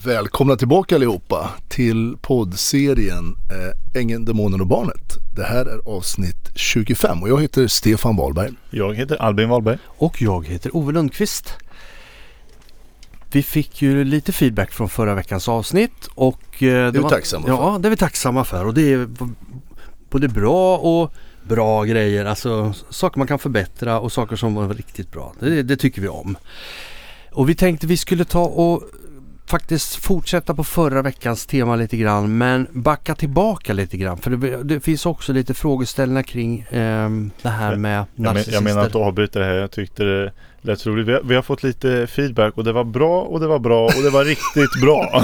Välkomna tillbaka allihopa till poddserien Ängeln, Demonen och Barnet. Det här är avsnitt 25 och jag heter Stefan Wahlberg. Jag heter Albin Wahlberg. Och jag heter Ove Lundqvist. Vi fick ju lite feedback från förra veckans avsnitt och det är vi tacksamma för. Ja, det är vi tacksamma för, och det är både bra och bra grejer, alltså saker man kan förbättra och saker som var riktigt bra. Det tycker vi om. Och vi tänkte vi skulle ta och faktiskt fortsätta på förra veckans tema lite grann, men backa tillbaka lite grann, för det finns också lite frågeställningar kring det här med narcissister. Jag menar att avbryta det här, jag tyckte det lät roligt. Vi har fått lite feedback och det var bra och det var bra och det var riktigt bra.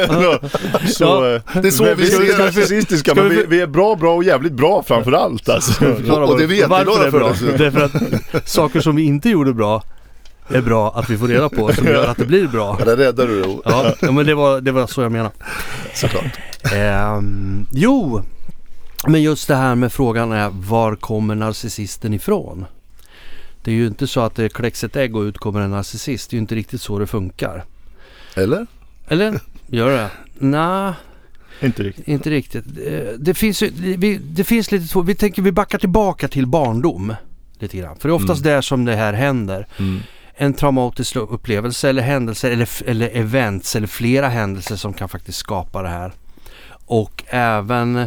Så det är så vi är narcissistiska, men vi är bra och jävligt bra framförallt. Alltså. Och det vet varför vi bra. Därför att saker som vi inte gjorde bra är bra att vi får reda på, som gör att det blir bra. Ja, det räddar du då. Ja, men det var så jag menar. Såklart. Jo, men just det här med frågan är, var kommer narcissisten ifrån? Det är ju inte så att det kläcks ett ägg och ut kommer en narcissist. Det är ju inte riktigt så det funkar. Eller? Gör det? Nej. Inte riktigt. Det finns lite så. Vi backar tillbaka till barndom lite grann. För det är oftast där som det här händer. En traumatisk upplevelse eller händelser eller events eller flera händelser som kan faktiskt skapa det här. Och även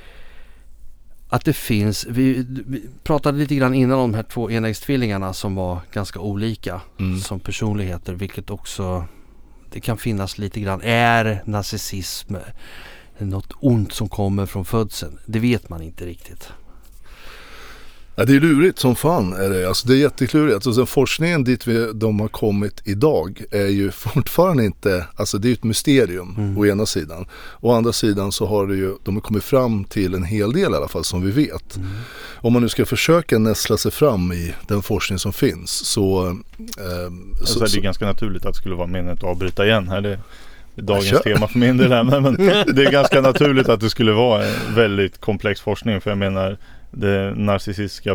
att det finns, vi pratade lite grann innan om de här två enäggstvillingarna som var ganska olika som personligheter, vilket också det kan finnas lite grann. Är narcissism något ont som kommer från födseln? Det vet man inte riktigt. Ja, det är lurigt som fan är det. Alltså det är jätteklurigt. Alltså den forskningen dit de har kommit idag är ju fortfarande inte, alltså det är ett mysterium å ena sidan. Å andra sidan så har de har kommit fram till en hel del i alla fall som vi vet. Om man nu ska försöka näsla sig fram i den forskning som finns så det är ganska naturligt att det skulle vara meningen att avbryta igen här. Det är dagens tema för min del här, men det är ganska naturligt att det skulle vara en väldigt komplex forskning, för jag menar den narcissistiska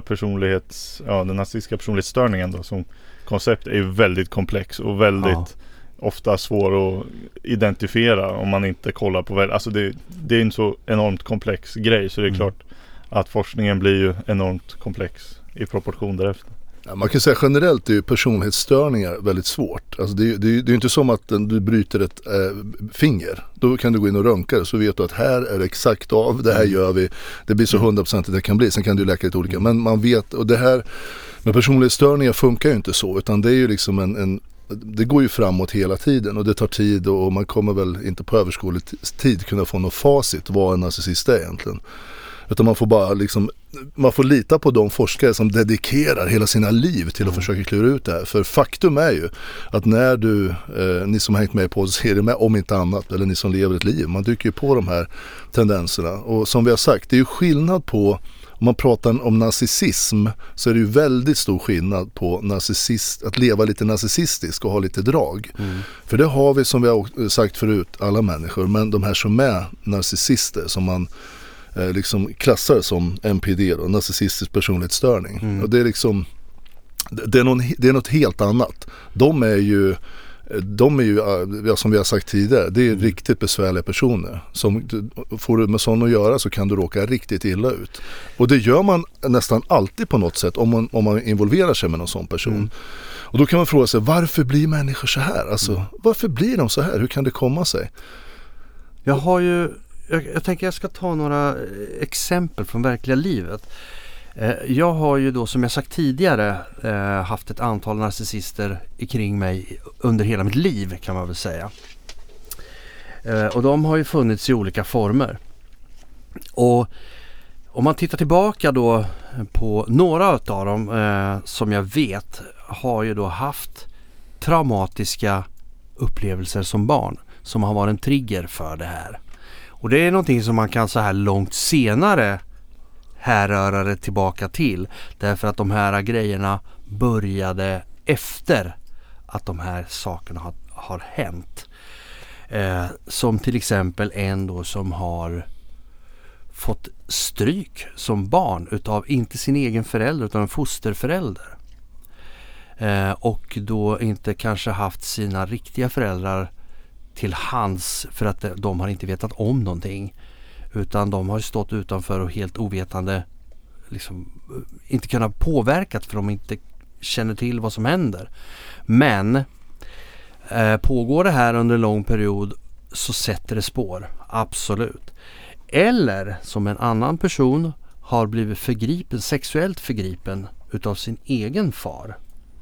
personlighetsstörningen då, som koncept är ju väldigt komplex och väldigt ofta svår att identifiera om man inte kollar på alltså det är en så enormt komplex grej, så det är klart att forskningen blir ju enormt komplex i proportion därefter. Ja, man kan säga generellt är ju personlighetsstörningar väldigt svårt. Alltså det är ju inte som att du bryter ett finger. Då kan du gå in och röntga det, så vet du att här är det exakt av, det här gör vi. Det blir så 100% det kan bli. Sen kan du läka lite olika. Men man vet, och det här med personlighetsstörningar funkar ju inte så, utan det är ju liksom det går ju framåt hela tiden och det tar tid, och man kommer väl inte på överskådlig tid kunna få något facit vad en narcissist är egentligen. Utan man får bara man får lita på de forskare som dedikerar hela sina liv till att försöka klura ut det här. För faktum är ju att när ni som har hängt med på serien med, om inte annat, eller ni som lever ett liv, man dyker ju på de här tendenserna. Och som vi har sagt, det är ju skillnad på, om man pratar om narcissism, så är det ju väldigt stor skillnad på att leva lite narcissistisk och ha lite drag. För det har vi, som vi har sagt förut, alla människor, men de här som är narcissister, som man liksom klassar som NPD då, narcissistisk personlighetsstörning. Och det är liksom det är något helt annat. De är ju som vi har sagt tidigare, det är riktigt besvärliga personer. Som får du med sådana att göra, så kan du råka riktigt illa ut. Och det gör man nästan alltid på något sätt om man involverar sig med någon sån person. Och då kan man fråga sig, varför blir människor så här? Alltså, varför blir de så här? Hur kan det komma sig? Jag tänker jag ska ta några exempel från verkliga livet. Jag har ju då, som jag sagt tidigare, haft ett antal narcissister kring mig under hela mitt liv, kan man väl säga. Och de har ju funnits i olika former. Och om man tittar tillbaka då på några av dem som jag vet har ju då haft traumatiska upplevelser som barn som har varit en trigger för det här. Och det är någonting som man kan så här långt senare härröra det tillbaka till. Därför att de här grejerna började efter att de här sakerna har hänt. Som till exempel en då som har fått stryk som barn utav inte sin egen förälder utan en fosterförälder. Och då inte kanske haft sina riktiga föräldrar till hands för att de har inte vetat om någonting. Utan de har stått utanför och helt ovetande liksom, inte kunnat påverka för de inte känner till vad som händer. Men pågår det här under en lång period så sätter det spår. Absolut. Eller som en annan person har blivit sexuellt förgripen utav sin egen far.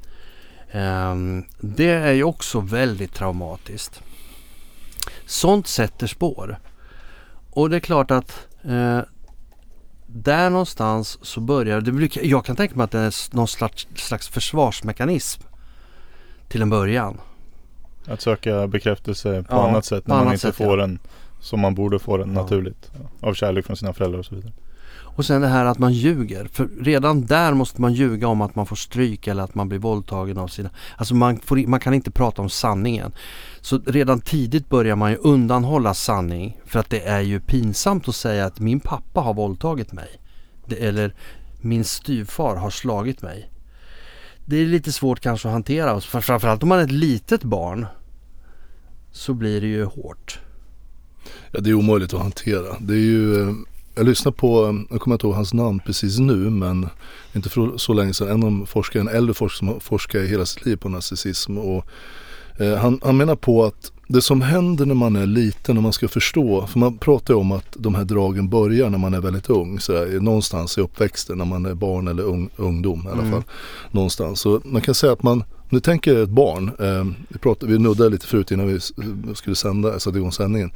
Det är ju också väldigt traumatiskt. Sånt sätter spår. Och det är klart att där någonstans så börjar jag kan tänka mig att det är någon slags försvarsmekanism till en början. Att söka bekräftelse på annat sätt när man inte får den som man borde få den naturligt. Av kärlek från sina föräldrar och så vidare. Och sen det här att man ljuger. För redan där måste man ljuga om att man får stryk eller att man blir våldtagen av sina... Alltså man kan inte prata om sanningen. Så redan tidigt börjar man ju undanhålla sanning. För att det är ju pinsamt att säga att min pappa har våldtagit mig. Eller min styvfar har slagit mig. Det är lite svårt kanske att hantera. Framförallt om man är ett litet barn så blir det ju hårt. Ja, det är omöjligt att hantera. Det är ju... Jag lyssnar på, jag kommer inte ihåg hans namn precis nu, men inte för så länge sedan, en äldre forskare som har forskat i hela sitt liv på narcissism, och han menar på att det som händer när man är liten och man ska förstå, för man pratar ju om att de här dragen börjar när man är väldigt ung, så någonstans i uppväxten när man är barn eller ungdom i alla fall, någonstans. Så man kan säga att om du tänker ett barn, vi nuddade lite förut innan vi skulle sätta igång sändningen,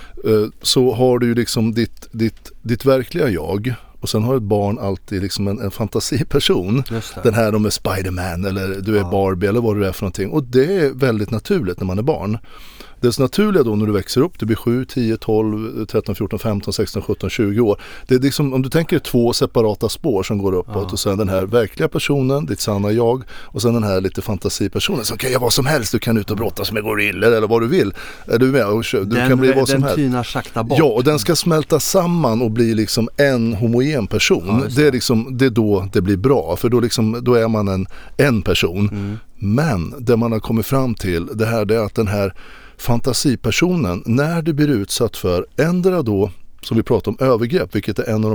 så har du ju liksom ditt verkliga jag, och sen har ett barn alltid liksom en fantasiperson. Den här, de är Spider-Man eller du är Barbie eller vad du är för någonting, och det är väldigt naturligt när man är barn. Det är så naturliga då när du växer upp, du blir 7, 10, 12, 13, 14, 15, 16, 17, 20 år. Det är liksom, om du tänker 2 separata spår som går uppåt, och sen den här verkliga personen, ditt sanna jag, och sen den här lite fantasipersonen som kan göra vad som helst. Du kan ut och brottas med gorillor eller vad du vill. Är du med? Du kan bli vad som helst. Den tynar sakta bort. Ja, och den ska smälta samman och bli liksom en homogen person. Det är liksom, det är då det blir bra, för då är man en person. Men det man har kommit fram till, det är att den här fantasipersonen, när du blir utsatt för ändra då, som vi pratar om, övergrepp, vilket är en av de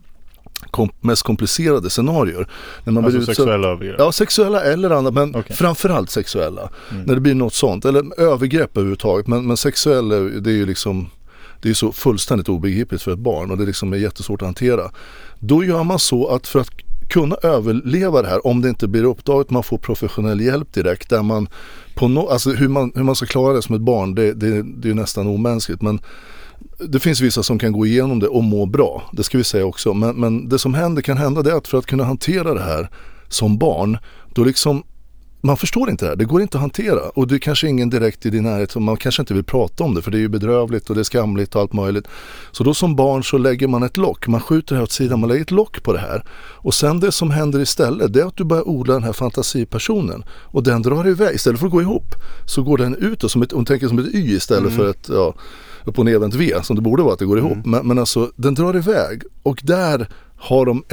mest komplicerade scenarier. När man alltså blir sexuella övergrepp? Ja, sexuella eller andra, men framförallt sexuella. När det blir något sånt, eller övergrepp överhuvudtaget, men sexuella, det är ju liksom, det är så fullständigt obegripligt för ett barn, och det liksom är jättesvårt att hantera. Då gör man så att för att kunna överleva det här, om det inte blir uppdagat, man får professionell hjälp direkt, där man alltså hur man ska klara det som ett barn, det är ju nästan omänskligt, men det finns vissa som kan gå igenom det och må bra, det ska vi säga också, men det som kan hända det är att för att kunna hantera det här som barn, då liksom man förstår inte det här, det går inte att hantera, och det är kanske ingen direkt i din närhet, man kanske inte vill prata om det, för det är ju bedrövligt och det är skamligt och allt möjligt. Så då som barn så lägger man ett lock, man skjuter det här åt sidan, man lägger ett lock på det här, och sen det som händer istället, det är att du börjar odla den här fantasipersonen, och den drar iväg, istället för att gå ihop så går den ut, och hon tänker som ett Y istället för ett upp- och nedvänt V, som det borde vara, att det går ihop, men alltså den drar iväg, och där har de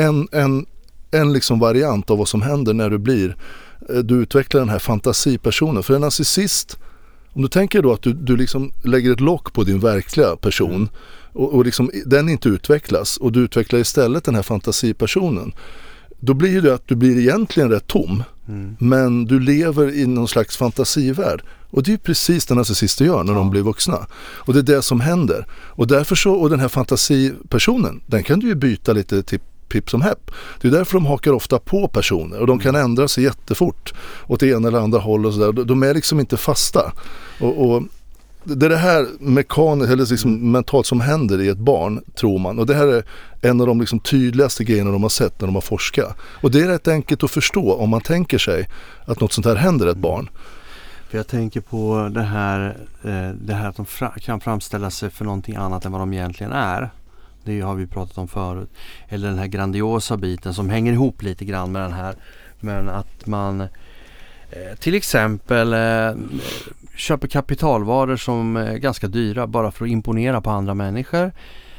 en liksom variant av vad som händer när du utvecklar den här fantasipersonen. För en narcissist, om du tänker då att du liksom lägger ett lock på din verkliga person, och liksom den inte utvecklas, och du utvecklar istället den här fantasipersonen, då blir det att du blir egentligen rätt tom, men du lever i någon slags fantasivärld, och det är precis det narcissister gör när de blir vuxna, och det är det som händer. Och därför så, och den här fantasipersonen, den kan du ju byta lite till pipp som häpp. Det är därför de hakar ofta på personer, och de kan ändra sig jättefort åt det ena eller andra håll och sådär. De är liksom inte fasta. Och det är det här mekaniskt eller liksom mentalt som händer i ett barn, tror man. Och det här är en av de liksom tydligaste grejerna de har sett när de har forskat. Och det är rätt enkelt att förstå om man tänker sig att något sånt här händer ett barn. För jag tänker på det här att de kan framställa sig för någonting annat än vad de egentligen är. Det har vi pratat om förut. Eller den här grandiosa biten som hänger ihop lite grann med den här. Men att man till exempel köper kapitalvaror som är ganska dyra bara för att imponera på andra människor.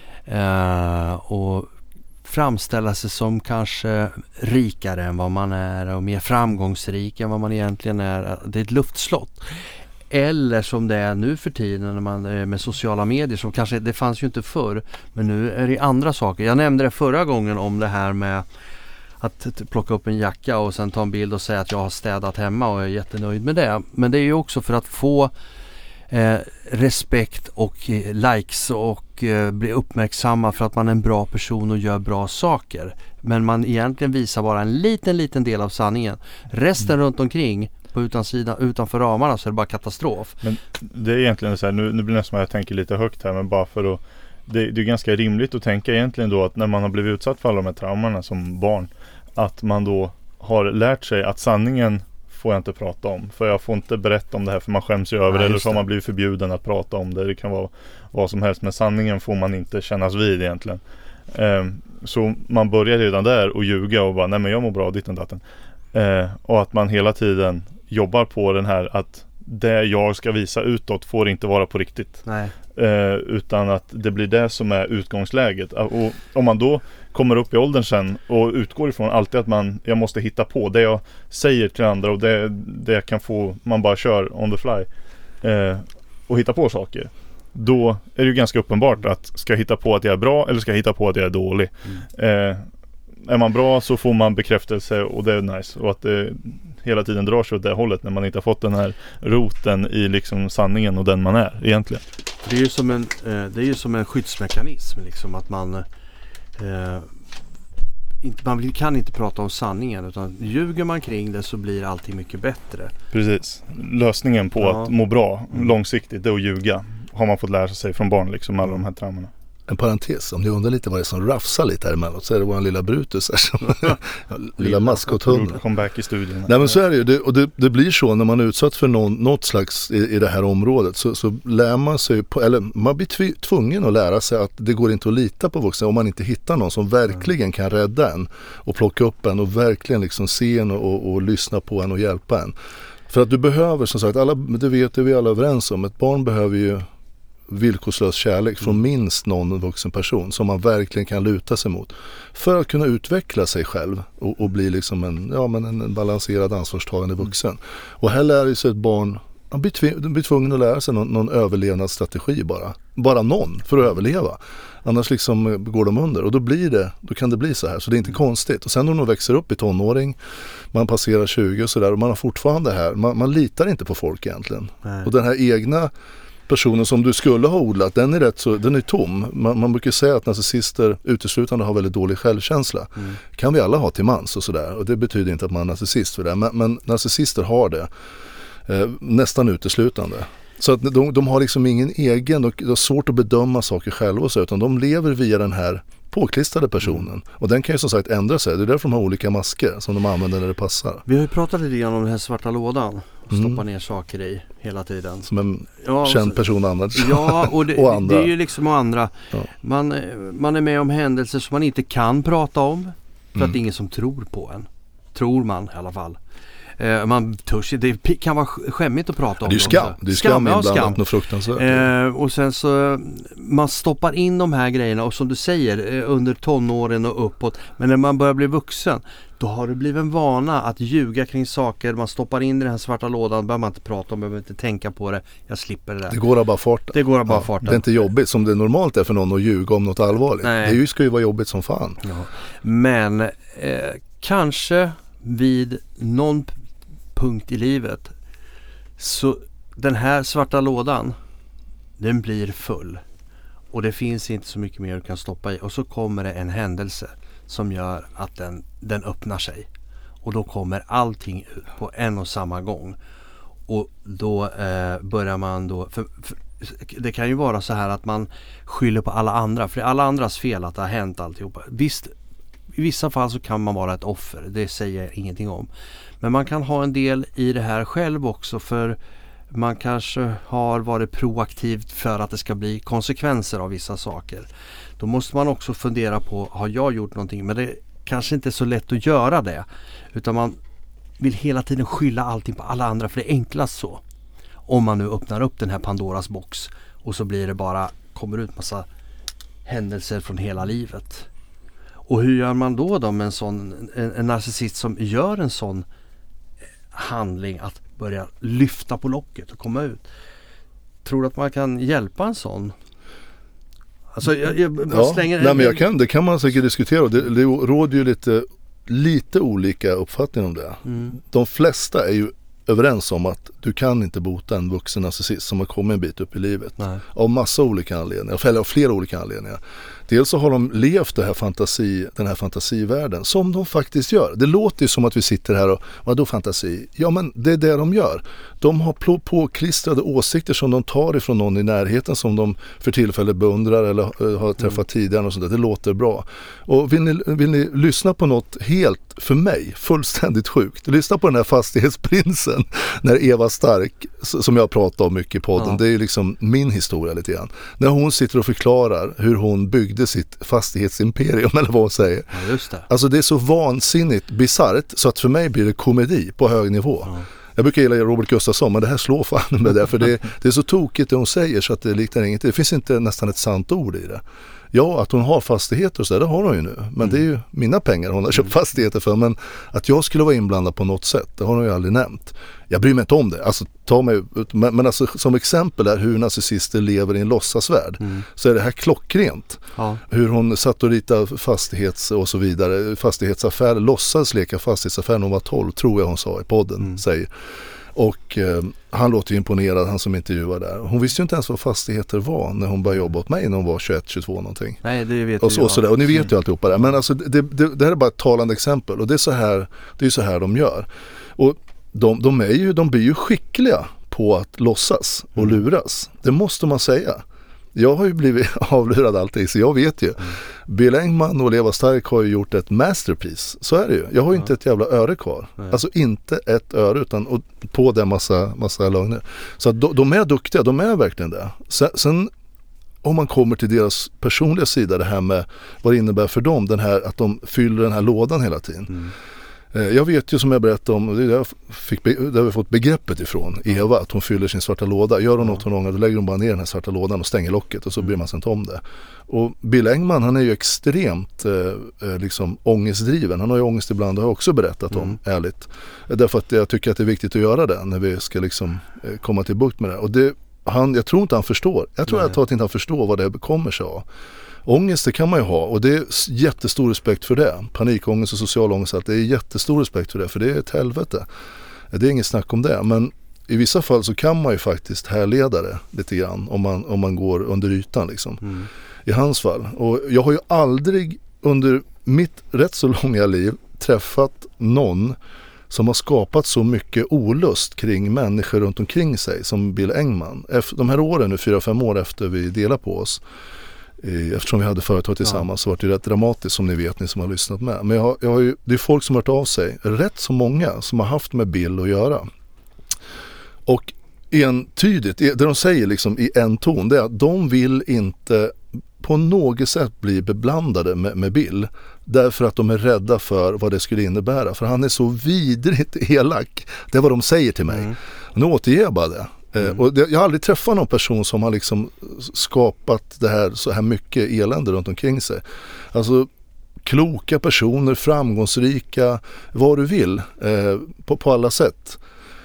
Och framställa sig som kanske rikare än vad man är och mer framgångsrik än vad man egentligen är. Det är ett luftslott. Eller som det är nu för tiden när man med sociala medier, som kanske det fanns ju inte förr, men nu är det andra saker. Jag nämnde det förra gången om det här med att plocka upp en jacka och sen ta en bild och säga att jag har städat hemma och jag är jättenöjd med det. Men det är ju också för att få respekt och likes och bli uppmärksamma för att man är en bra person och gör bra saker. Men man egentligen visar bara en liten del av sanningen. Resten runt omkring på utanför ramarna så är det bara katastrof. Men det är egentligen så här, nu blir det nästan jag tänker lite högt här, men bara för att det är ganska rimligt att tänka egentligen då att när man har blivit utsatt för alla de här traumarna som barn, att man då har lärt sig att sanningen får jag inte prata om, för jag får inte berätta om det här för man skäms ju över det, eller så har man blivit förbjuden att prata om det. Det kan vara vad som helst, men sanningen får man inte kännas vid egentligen. Så man börjar redan där och ljuga och bara, nej men jag mår bra, ditten datten. Och att man hela tiden jobbar på den här att det jag ska visa utåt får inte vara på riktigt. Nej. Utan att det blir det som är utgångsläget. Och om man då kommer upp i åldern sen och utgår ifrån alltid att jag måste hitta på det jag säger till andra och det jag kan få, man bara kör on the fly och hitta på saker, då är det ju ganska uppenbart att ska jag hitta på att jag är bra eller ska jag hitta på att jag är dålig. Är man bra så får man bekräftelse och det är nice, och att det hela tiden drar sig åt det hållet när man inte har fått den här roten i liksom sanningen och den man är egentligen. Det är ju som en skyddsmekanism liksom, att man kan inte prata om sanningen, utan ljuger man kring det så blir allting mycket bättre. Precis. Lösningen på att må bra långsiktigt, det är att ljuga. Har man fått lära sig från barn liksom, alla de här traumorna. En parentes, om ni undrar lite vad det är som rafsar lite här emellan, så är det vår lilla Brutus här som lilla maskothunden. Kom back i studion. Nej men så är det ju, och det blir så när man är utsatt för något slags i det här området, så lär man sig, eller man blir tvungen att lära sig att det går inte att lita på vuxna om man inte hittar någon som verkligen kan rädda en och plocka upp en och verkligen liksom se en och lyssna på en och hjälpa en. För att du behöver, som sagt, det vet vi alla överens om, ett barn behöver ju villkorslös kärlek från minst någon vuxen person som man verkligen kan luta sig mot för att kunna utveckla sig själv och bli liksom en balanserad, ansvarstagande vuxen. Och här lär sig ett barn, man blir tvungen att lära sig någon överlevnadsstrategi bara någon för att överleva. Annars liksom går de under, och då kan det bli så här. Så det är inte konstigt. Och sen när de växer upp i tonåring, man passerar 20 och sådär, och man har fortfarande här, man litar inte på folk egentligen. Nej. Och den här egna personen som du skulle ha odlat, den är tom. Man brukar säga att narcissister uteslutande har väldigt dålig självkänsla. Kan vi alla ha till mans och sådär. Och det betyder inte att man är narcissist för det. Men narcissister har det nästan uteslutande. Så att de har liksom ingen egen, de har svårt att bedöma saker själva och så, utan de lever via den här påklistrade personen. Och den kan ju som sagt ändra sig. Det är därför de har olika masker som de använder när det passar. Vi har ju pratat lite grann om den här svarta lådan och stoppa ner saker i hela tiden. Som en känd person använder. Ja, och andra. Det är ju liksom andra. Ja. Man är med om händelser som man inte kan prata om för att det är ingen som tror på en. Tror man i alla fall. Man törs, det kan vara skämmigt att prata om. Det är skam. Det är skam inblandat något fruktansvärt. Och sen så man stoppar in de här grejerna, och som du säger, under tonåren och uppåt. Men när man börjar bli vuxen, då har det blivit en vana att ljuga kring saker. Man stoppar in i den här svarta lådan, behöver man inte prata om, behöver inte tänka på det. Jag slipper det där. Det går av bara farten. Det är inte jobbigt som det normalt är för någon att ljuga om något allvarligt. Nej. Det ska ju vara jobbigt som fan. Ja. Men kanske vid någon punkt i livet så den här svarta lådan, den blir full och det finns inte så mycket mer du kan stoppa i, och så kommer det en händelse som gör att den öppnar sig, och då kommer allting ut på en och samma gång, och då börjar man då för det kan ju vara så här att man skyller på alla andra, för det är alla andras fel att det har hänt alltihopa. Visst, i vissa fall så kan man vara ett offer, det säger jag ingenting om. Men man kan ha en del i det här själv också, för man kanske har varit proaktivt för att det ska bli konsekvenser av vissa saker. Då måste man också fundera på, har jag gjort någonting? Men det kanske inte är så lätt att göra det, utan man vill hela tiden skylla allting på alla andra, för det är enklast så. Om man nu öppnar upp den här Pandoras box och så blir det bara, kommer ut massa händelser från hela livet. Och hur gör man då med en narcissist som gör en sån handling, att börja lyfta på locket och komma ut. Tror du att man kan hjälpa en sån? Alltså jag slänger... Det kan man säkert diskutera. Det råder ju lite olika uppfattningar om det. De flesta är ju överens om att du kan inte bota en vuxen narcissist som har kommit en bit upp i livet. Nej. Av massa olika anledningar, eller av flera olika anledningar. Dels så har de levt den här fantasivärlden som de faktiskt gör. Det låter ju som att vi sitter här och, vadå fantasi? Ja, men det är det de gör. De har påklistrade åsikter som de tar ifrån någon i närheten som de för tillfället beundrar eller har träffat tidigare och sånt där. Det låter bra. Och vill ni lyssna på något helt, för mig, fullständigt sjukt. Lyssna på den här fastighetsprinsen när Eva Stark, som jag pratar om mycket i podden, det är ju liksom min historia lite grann. När hon sitter och förklarar hur hon byggde sitt fastighetsimperium eller vad hon säger. Ja, just det. Alltså det är så vansinnigt bizarrt så att för mig blir det komedi på hög nivå. Ja. Jag brukar gilla Robert Gustafsson, men det här slår fan med det, för det är så tokigt det hon säger så att det liknar inget. Det finns inte nästan ett sant ord i det. Ja, att hon har fastigheter och så där, det har hon ju nu. Men det är ju mina pengar hon har köpt fastigheter för. Men att jag skulle vara inblandad på något sätt, det har hon ju aldrig nämnt. Jag bryr mig inte om det. Alltså, men alltså, som exempel är hur narcissister lever i en låtsasvärld. Så är det här klockrent. Ja. Hur hon satt och ritade fastighets och så vidare. Fastighetsaffärer, låtsas leka fastighetsaffär när hon var 12, tror jag hon sa i podden, säger. Och han låter ju imponerad, han som intervjuar där. Hon visste ju inte ens vad fastigheter var när hon började jobba åt mig när hon var 21-22 någonting. Nej, det vet och så där. Och ni vet ju alltihopa det. Men alltså det här är bara ett talande exempel. Och det är så här de gör. Och de blir ju skickliga på att låtsas och luras. Det måste man säga. Jag har ju blivit avlurad alltid, så jag vet ju. Bill Engman och Eva Stark har ju gjort ett masterpiece. Så är det ju. Jag har ju inte ett jävla öre kvar. Alltså inte ett öre, utan och på det massa lögner. Så att de är duktiga, de är verkligen det. Sen om man kommer till deras personliga sida, det här med vad det innebär för dem, att de fyller den här lådan hela tiden. Jag vet ju, som jag berättade om, där har vi fått begreppet ifrån Eva, att hon fyller sin svarta låda. Gör hon något hon ångrar, då lägger hon bara ner den här svarta lådan och stänger locket, och så bryr man sig inte om det. Och Bill Engman, han är ju extremt liksom ångestdriven. Han har ju ångest ibland, det har jag också berättat om, ärligt. Därför att jag tycker att det är viktigt att göra det när vi ska liksom komma till bukt med det. Och jag tror inte han förstår. Jag tror att inte han förstår vad det kommer sig av. Ångest, det kan man ju ha, och det är jättestor respekt för det. Panikångest och social ångest, det är jättestor respekt för det, för det är ett helvete. Det är inget snack om det, men i vissa fall så kan man ju faktiskt härleda det lite grann om man går under ytan liksom. I hans fall. Och jag har ju aldrig under mitt rätt så långa liv träffat någon som har skapat så mycket olust kring människor runt omkring sig som Bill Engman. De här åren nu, 4-5 år efter vi delar på oss, eftersom vi hade företag tillsammans, så var det rätt dramatiskt, som ni vet, ni som har lyssnat med. Men det är folk som har hört av sig, rätt så många som har haft med Bill att göra. Och entydigt, det de säger liksom i en ton, det är att de vill inte på något sätt bli beblandade med Bill, därför att de är rädda för vad det skulle innebära. För han är så vidrigt elak. Det är vad de säger till mig. Nu återger jag bara det. Och jag har aldrig träffat någon person som har liksom skapat det här, så här mycket elände runt omkring sig. Alltså kloka personer, framgångsrika, vad du vill, på alla sätt.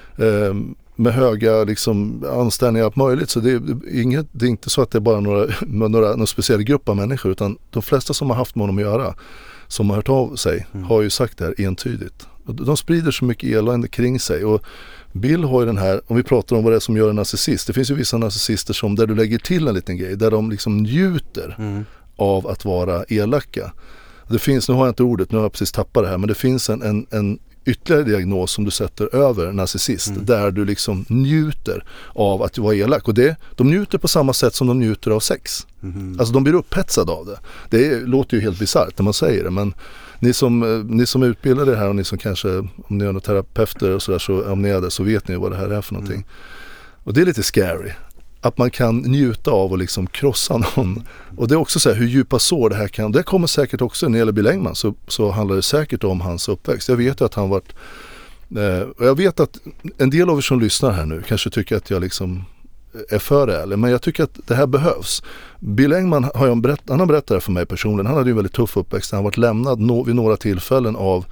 Med höga liksom anställningar på möjligt. Så det är inte så att det är bara någon speciell grupp av människor, utan de flesta som har haft med honom att göra, som har hört av sig, har ju sagt det här entydigt. Och de sprider så mycket elände kring sig, och Bill har ju den här, om vi pratar om vad det är som gör en narcissist, det finns ju vissa narcissister som där du lägger till en liten grej, där de liksom njuter av att vara elaka. Det finns, nu har jag inte ordet, nu har jag precis tappat det här, men det finns en ytterligare diagnos som du sätter över narcissist, där du liksom njuter av att vara elak, och de njuter på samma sätt som de njuter av sex. Alltså de blir upphetsade av det. Det låter ju helt bisarrt när man säger det, men ni som utbildar det här, och ni som kanske, om ni är några terapeuter och sådär, så om ni är det, så vet ni vad det här är för någonting. Och det är lite scary att man kan njuta av och liksom krossa någon. Och det är också så här, hur djupa sår det här kan. Det kommer säkert också, när det gäller Bill Engman, så handlar det säkert om hans uppväxt. Jag vet ju att han varit, och jag vet att en del av er som lyssnar här nu kanske tycker att jag liksom är för det, men jag tycker att det här behövs. Bill Engman han har berättat det för mig personligen. Han hade ju en väldigt tuff uppväxt. Han har varit lämnad vid några tillfällen av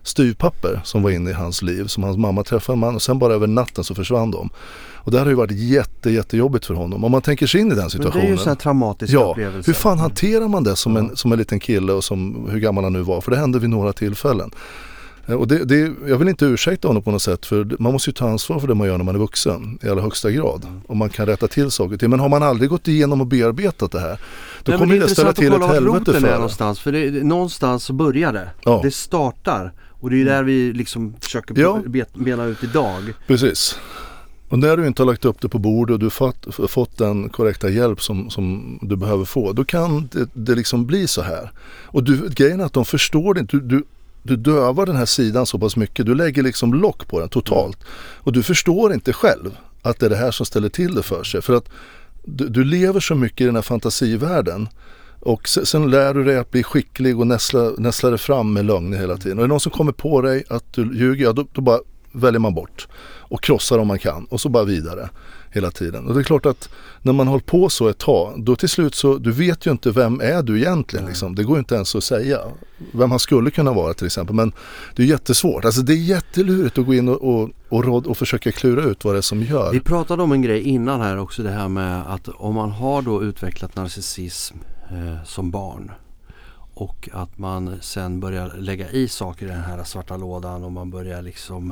styvpapper som var inne i hans liv, som hans mamma träffade en man och sen bara över natten så försvann de. Och det har ju varit jättejobbigt för honom. Om man tänker sig in i den situationen. Men det är ju så här traumatiska upplevelser. Hur fan hanterar man det som en liten kille och hur gammal han nu var? För det hände vid några tillfällen. Och jag vill inte ursäkta honom på något sätt, för man måste ju ta ansvar för det man gör när man är vuxen i allra högsta grad. Och man kan rätta till saker till. Men har man aldrig gått igenom och bearbetat det här, då kommer det ställa till ett helvete för det. Någonstans, för någonstans så börjar det. Ja. Det startar. Och det är ju där vi liksom försöker bena ut idag. Precis. Och när du inte har lagt upp det på bordet och du fått den korrekta hjälp som du behöver få, då kan det liksom bli så här. Och grejen är att de förstår det inte. Du dövar den här sidan så pass mycket. Du lägger liksom lock på den totalt. Och du förstår inte själv att det är det här som ställer till det för sig. För att du lever så mycket i den här fantasivärlden. Och sen lär du dig att bli skicklig och näsla dig fram med lögner hela tiden. Och är det någon som kommer på dig att du ljuger, då bara väljer man bort. Och krossar om man kan. Och så bara vidare hela tiden. Och det är klart att när man håller på så ett tag, då till slut så, du vet ju inte vem är du egentligen liksom. Det går inte ens att säga vem han skulle kunna vara till exempel, men det är jättesvårt. Alltså det är jättelurigt att gå in och försöka klura ut vad det är som gör. Vi pratade om en grej innan här också, det här med att om man har då utvecklat narcissism som barn och att man sen börjar lägga i saker i den här svarta lådan och man börjar liksom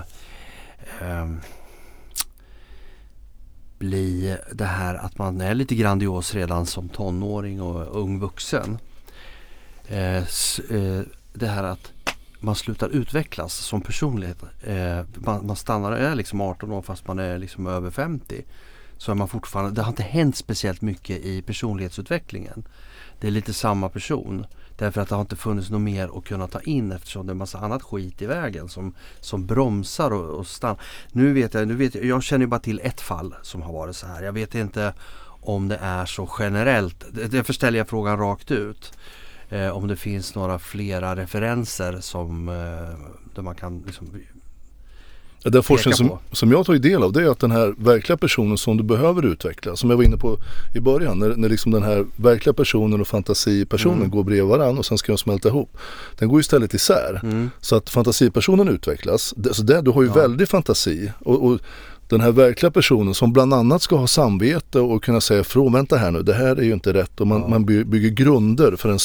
bli det här att man är lite grandios redan som tonåring och ung vuxen. Det här att man slutar utvecklas som personlighet. Man stannar liksom 18 år fast man är liksom över 50. Så är man fortfarande, det har inte hänt speciellt mycket i personlighetsutvecklingen. Det är lite samma person. Därför att det har inte funnits något mer att kunna ta in eftersom det är en massa annat skit i vägen som bromsar och stannar. Nu vet jag känner ju bara till ett fall som har varit så här. Jag vet inte om det är så generellt. Därför ställer jag frågan rakt ut. Om det finns några flera referenser som där man kan liksom den forskning som jag har tagit del av, det är att den här verkliga personen som du behöver utveckla, som jag var inne på i början, när liksom den här verkliga personen och fantasipersonen går bredvid varandra och sen ska de smälta ihop. Den går istället isär. Så att fantasipersonen utvecklas. Så där, du har ju väldigt fantasi och den här verkliga personen som bland annat ska ha samvete och kunna säga ifrån, vänta här nu, det här är ju inte rätt. Och man bygger grunder för en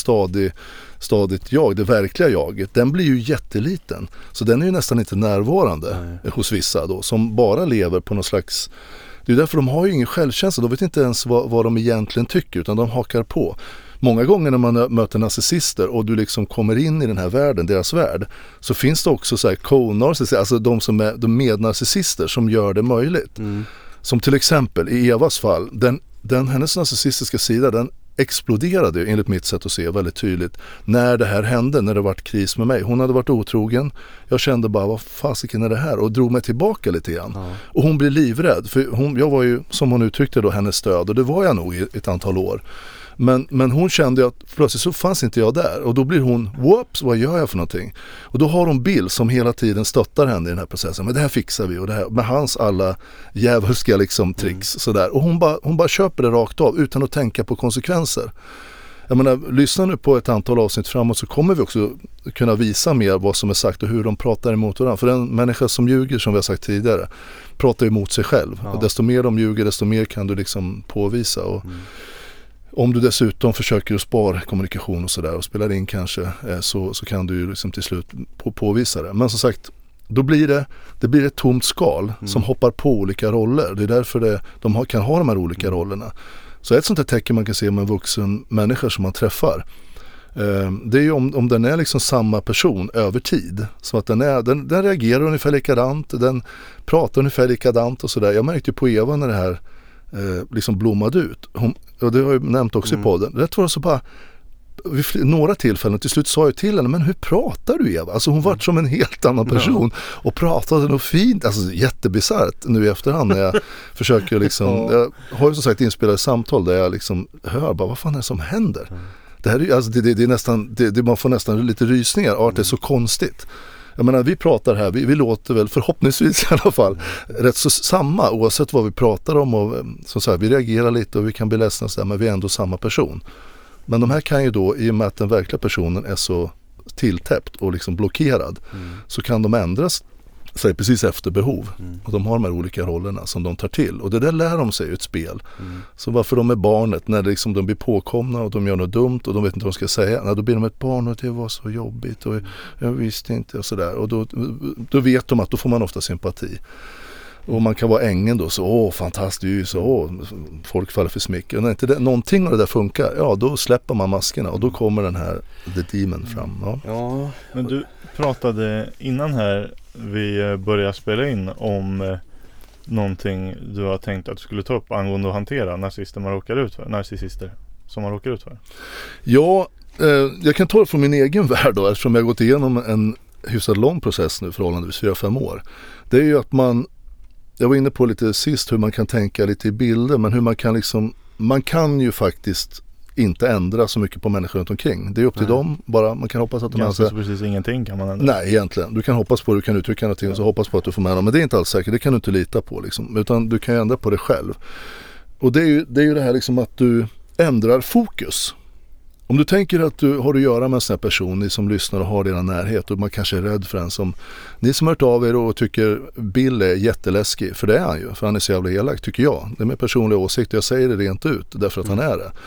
stadigt jag, det verkliga jaget. Den blir ju jätteliten. Så den är ju nästan inte närvarande hos vissa då, som bara lever på någon slags... Det är därför de har ju ingen självkänsla. De vet inte ens vad de egentligen tycker, utan de hakar på. Många gånger när man möter narcissister och du liksom kommer in i den här världen, deras värld, så finns det också så här co-narcissister, alltså de som är de mednarcissister som gör det möjligt. Som till exempel i Evas fall, hennes narcissistiska sida, den exploderade enligt mitt sätt att se väldigt tydligt när det här hände, när det var kris med mig. Hon hade varit otrogen. Jag kände bara, vad fasiken är det här? Och drog mig tillbaka lite grann. Och hon blev livrädd. För jag var ju, som hon uttryckte då, hennes stöd. Och det var jag nog i ett antal år. Men hon kände att plötsligt så fanns inte jag där. Och då blir hon, whoops, vad gör jag för någonting? Och då har hon Bill som hela tiden stöttar henne i den här processen. Men det här fixar vi, och det här med hans alla djävulska liksom tricks. Sådär. Och hon bara köper det rakt av utan att tänka på konsekvenser. Jag menar, lyssna nu på ett antal avsnitt framåt så kommer vi också kunna visa mer vad som är sagt och hur de pratar emot varandra. För en människa som ljuger, som vi har sagt tidigare, pratar emot sig själv. Och desto mer de ljuger, desto mer kan du liksom påvisa. Och om du dessutom försöker att spara kommunikation och sådär och spelar in kanske, så kan du ju liksom till slut påvisa det. Men som sagt, då blir det ett tomt skal som hoppar på olika roller. Det är därför de kan ha de här olika rollerna. Så ett sånt här tecken man kan se med en vuxen människa som man träffar, det är ju om den är liksom samma person över tid. Så att den reagerar ungefär likadant, den pratar ungefär likadant och sådär. Jag märkte ju på Eva när det här liksom blommade ut. Och det har jag nämnt också i podden. Det var så bara vid några tillfällen till slut sa jag till henne, men hur pratar du, Eva? Alltså hon var som en helt annan person och pratade nog fint, alltså jättebisarrt nu i efterhand när jag försöker liksom, jag har ju som sagt inspelade samtal där jag liksom hör bara, vad fan är det som händer? Det här är, alltså, det är nästan, man får nästan lite rysningar, att det är så konstigt. Jag menar, vi pratar här, vi låter väl förhoppningsvis i alla fall rätt så samma oavsett vad vi pratar om, och som sagt, vi reagerar lite och vi kan bli ledsna så där, men vi är ändå samma person. Men de här kan ju då, i och med att den verkliga personen är så tilltäppt och liksom blockerad så kan de ändras sig precis efter behov. Och de har de här olika rollerna som de tar till. Och det där lär de sig i ett spel. Så varför de är barnet när det liksom, de blir påkomna och de gör något dumt och de vet inte vad de ska säga. Då blir de ett barn och det var så jobbigt och jag visste inte och sådär. Och då vet de att då får man ofta sympati. Och man kan vara ängeln då, så fantastiskt, folk faller för smick. Och när inte någonting av det där funkar, ja då släpper man maskerna och då kommer den här The Demon fram. Ja. Men du pratade innan här vi började spela in om någonting du har tänkt att du skulle ta upp angående att hantera narcissister som man råkar ut för. Ja, jag kan ta det från min egen värld då, eftersom jag har gått igenom en hyfsat lång process nu, förhållandevis 4-5 år. Det är ju att jag var inne på lite sist hur man kan tänka lite i bilder, men hur man kan liksom, man kan ju faktiskt inte ändra så mycket på människor runt omkring. Det är upp till dem bara, man kan hoppas att de så precis ingenting kan man ändra. Nej, egentligen. Du kan hoppas på, du kan uttrycka någonting och så hoppas på att du får med dem, men det är inte alls säkert, det kan du inte lita på liksom, utan du kan ju ändra på det själv. Och det är ju det här liksom att du ändrar fokus. Om du tänker att du har att göra med en sån här person, ni som lyssnar och har deras närhet och man kanske är rädd för en som, ni som har hört av er och tycker Bill är jätteläskig, för det är han ju, för han är så jävla elak tycker jag. Det är med personliga åsikter, jag säger det rent ut därför att han är det.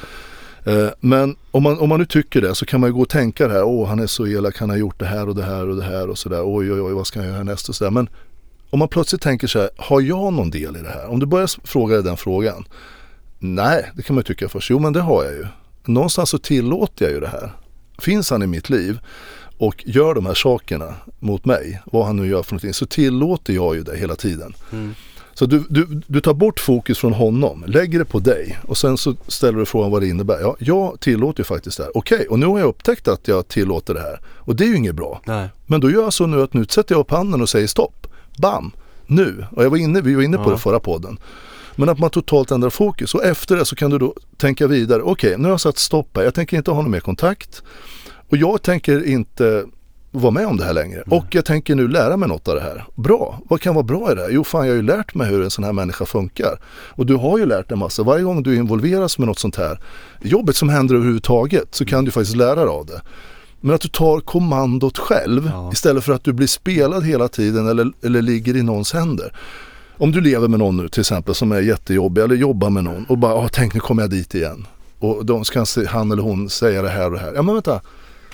Men om man nu tycker det så kan man ju gå och tänka det här, han är så elak, han har gjort det här och det här och det här och sådär, oj vad ska jag göra nästa och sådär. Men om man plötsligt tänker så här, har jag någon del i det här? Om du börjar fråga dig den frågan, nej, det kan man ju tycka först, jo men det har jag ju. Någonstans så tillåter jag ju det här. Finns han i mitt liv och gör de här sakerna mot mig, vad han nu gör för någonting, så tillåter jag ju det hela tiden. Så du tar bort fokus från honom, lägger det på dig och sen så ställer du frågan vad det innebär. Ja, jag tillåter ju faktiskt det här. Okej, och nu har jag upptäckt att jag tillåter det här. Och det är ju inget bra. Nej. Men då gör jag så nu att nu sätter jag upp handen och säger stopp. Bam! Nu. Och vi var inne på det förra podden. Men att man totalt ändrar fokus. Och efter det så kan du då tänka vidare. Okej, nu har jag satt stopp här. Jag tänker inte ha någon mer kontakt. Och jag tänker inte vara med om det här längre. Och jag tänker nu lära mig något av det här. Bra. Vad kan vara bra i det här? Jo, fan, jag har ju lärt mig hur en sån här människa funkar. Och du har ju lärt dig en massa. Varje gång du involveras med något sånt här, jobbet som händer överhuvudtaget, så kan du faktiskt lära dig av det. Men att du tar kommandot själv istället för att du blir spelad hela tiden eller ligger i någons händer. Om du lever med någon nu till exempel som är jättejobbig eller jobbar med någon och bara, tänk nu kommer jag dit igen. Och de ska han eller hon säga det här och det här. Ja men vänta.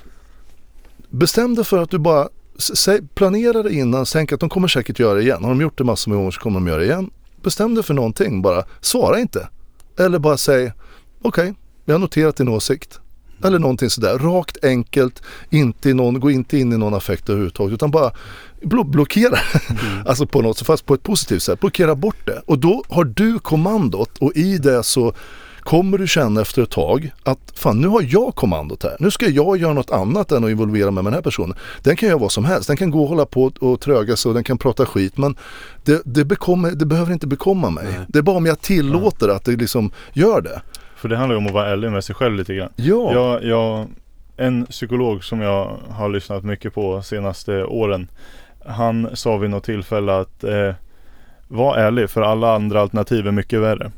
Bestäm dig för att du bara planerar det innan, tänk att de kommer säkert göra det igen. Har de gjort det massor med gånger så kommer de göra det igen. Bestäm dig för någonting, bara svara inte. Eller bara säg, okej, jag har noterat din åsikt. Eller någonting sådär, rakt enkelt, gå inte in i någon affekt överhuvudtaget, utan bara blockera. Alltså på något, fast på ett positivt sätt, blockera bort det. Och då har du kommandot och i det så kommer du känna efter ett tag att fan, nu har jag kommandot här. Nu ska jag göra något annat än att involvera mig med den här personen. Den kan göra vad som helst. Den kan gå och hålla på och tröga sig och den kan prata skit. Men det behöver inte bekomma mig. Nej. Det är bara om jag tillåter att det liksom gör det. För det handlar ju om att vara ärlig med sig själv lite grann. Ja. En psykolog som jag har lyssnat mycket på senaste åren, han sa vid något tillfälle att var ärlig, för alla andra alternativ är mycket värre.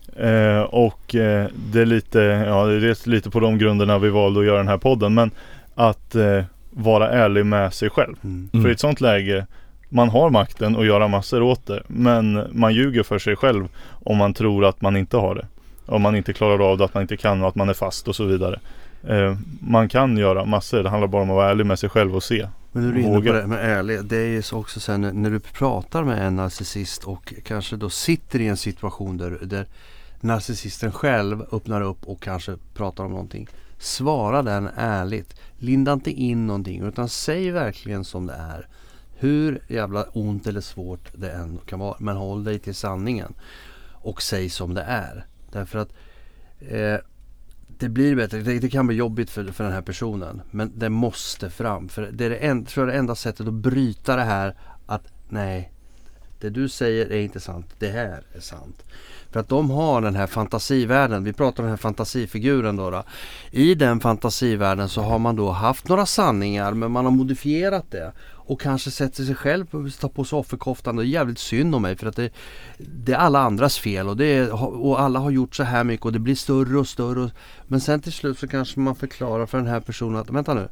Det är lite på de grunderna vi valde att göra den här podden, men att vara ärlig med sig själv. För i ett sånt läge, man har makten att göra massor åt det, men man ljuger för sig själv om man tror att man inte har det. Om man inte klarar av det, att man inte kan och att man är fast och så vidare. Man kan göra massor, det handlar bara om att vara ärlig med sig själv och se. Men du är inne på det med ärlig, det är ju så också sen när du pratar med en narcissist och kanske då sitter i en situation där narcissisten själv öppnar upp och kanske pratar om någonting. Svara den ärligt, linda inte in någonting utan säg verkligen som det är. Hur jävla ont eller svårt det än kan vara, men håll dig till sanningen och säg som det är. Därför att det blir bättre. Det kan bli jobbigt för den här personen, men det måste fram. För det är det enda sättet att bryta det här, att nej, det du säger är inte sant, det här är sant. För att de har den här fantasivärlden, vi pratar om den här fantasifiguren då. I den fantasivärlden så har man då haft några sanningar, men man har modifierat det och kanske sätter sig själv och tar på sig offerkoftan. Det är jävligt synd om mig, för att det är alla andras fel och alla har gjort så här mycket och det blir större och större. Men sen till slut så kanske man förklarar för den här personen att vänta nu,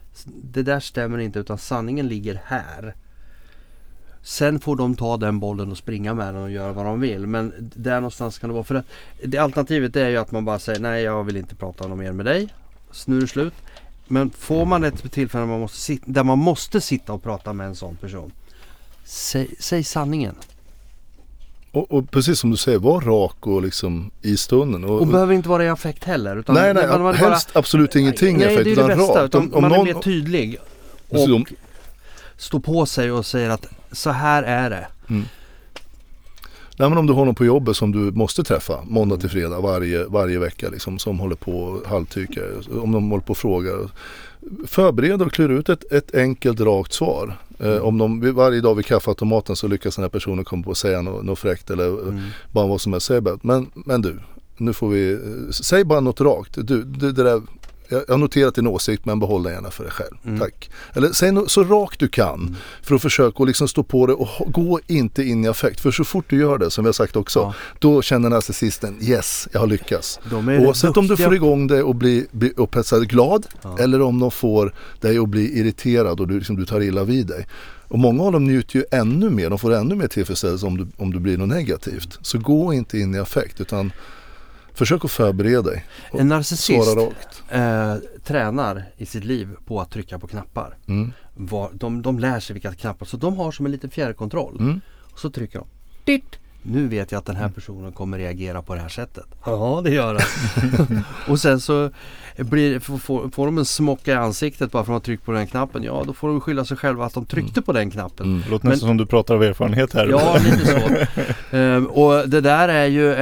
det där stämmer inte, utan sanningen ligger här. Sen får de ta den bollen och springa med den och göra vad de vill. Men där någonstans kan det vara. För att det alternativet är ju att man bara säger nej, jag vill inte prata något mer med dig. Så nu är det slut. Men får man ett tillfälle där man måste sitta och prata med en sån person, säg sanningen. Och precis som du säger, var rak och liksom i stunden. Och behöver inte vara i affekt heller. Utan nej, helst absolut ingenting i affekt. Nej, det är det bästa. Utan om man är mer tydlig och stå på sig och säger att så här är det. Nej, men om du har någon på jobbet som du måste träffa måndag till fredag varje vecka liksom, som håller på och halvtycker, om de håller på och frågar, förbered och klura ut ett enkelt rakt svar. Om de varje dag vid kaffeautomaten så lyckas den här personen komma på att säga något fräckt eller bara vad som helst. Men du, nu får vi säg bara något rakt. Du, det där, jag har noterat din åsikt, men behåll den gärna för dig själv. Tack. Eller säg så rakt du kan för att försöka liksom stå på det och gå inte in i affekt. För så fort du gör det, som vi har sagt också, då känner narcissisten, yes, jag har lyckats. Oavsett om du får igång det och blir upphetsad glad eller om de får dig att bli irriterad och du tar illa vid dig. Och många av dem njuter ju ännu mer, de får ännu mer tillfredsställelse om du blir något negativt. Så gå inte in i affekt, utan försök att förbereda dig. En narcissist tränar i sitt liv på att trycka på knappar. De lär sig vilka knappar. Så de har som en liten fjärrkontroll. Och så trycker de. Ditt. Nu vet jag att den här personen kommer reagera på det här sättet. Ja, det gör den. Och sen så får de en smocka i ansiktet bara för att ha tryckt på den knappen. Ja, då får de skylla sig själva att de tryckte på den knappen. Låter nästan som du pratar av erfarenhet här. Ja, lite så. Och det där är ju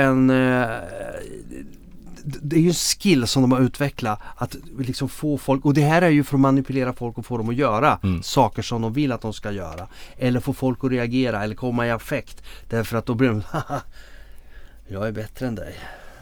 det är ju en skill som de har utvecklat, att liksom få folk, och det här är ju för att manipulera folk och få dem att göra saker som de vill att de ska göra, eller få folk att reagera eller komma i affekt, därför att då blir de jag är bättre än dig.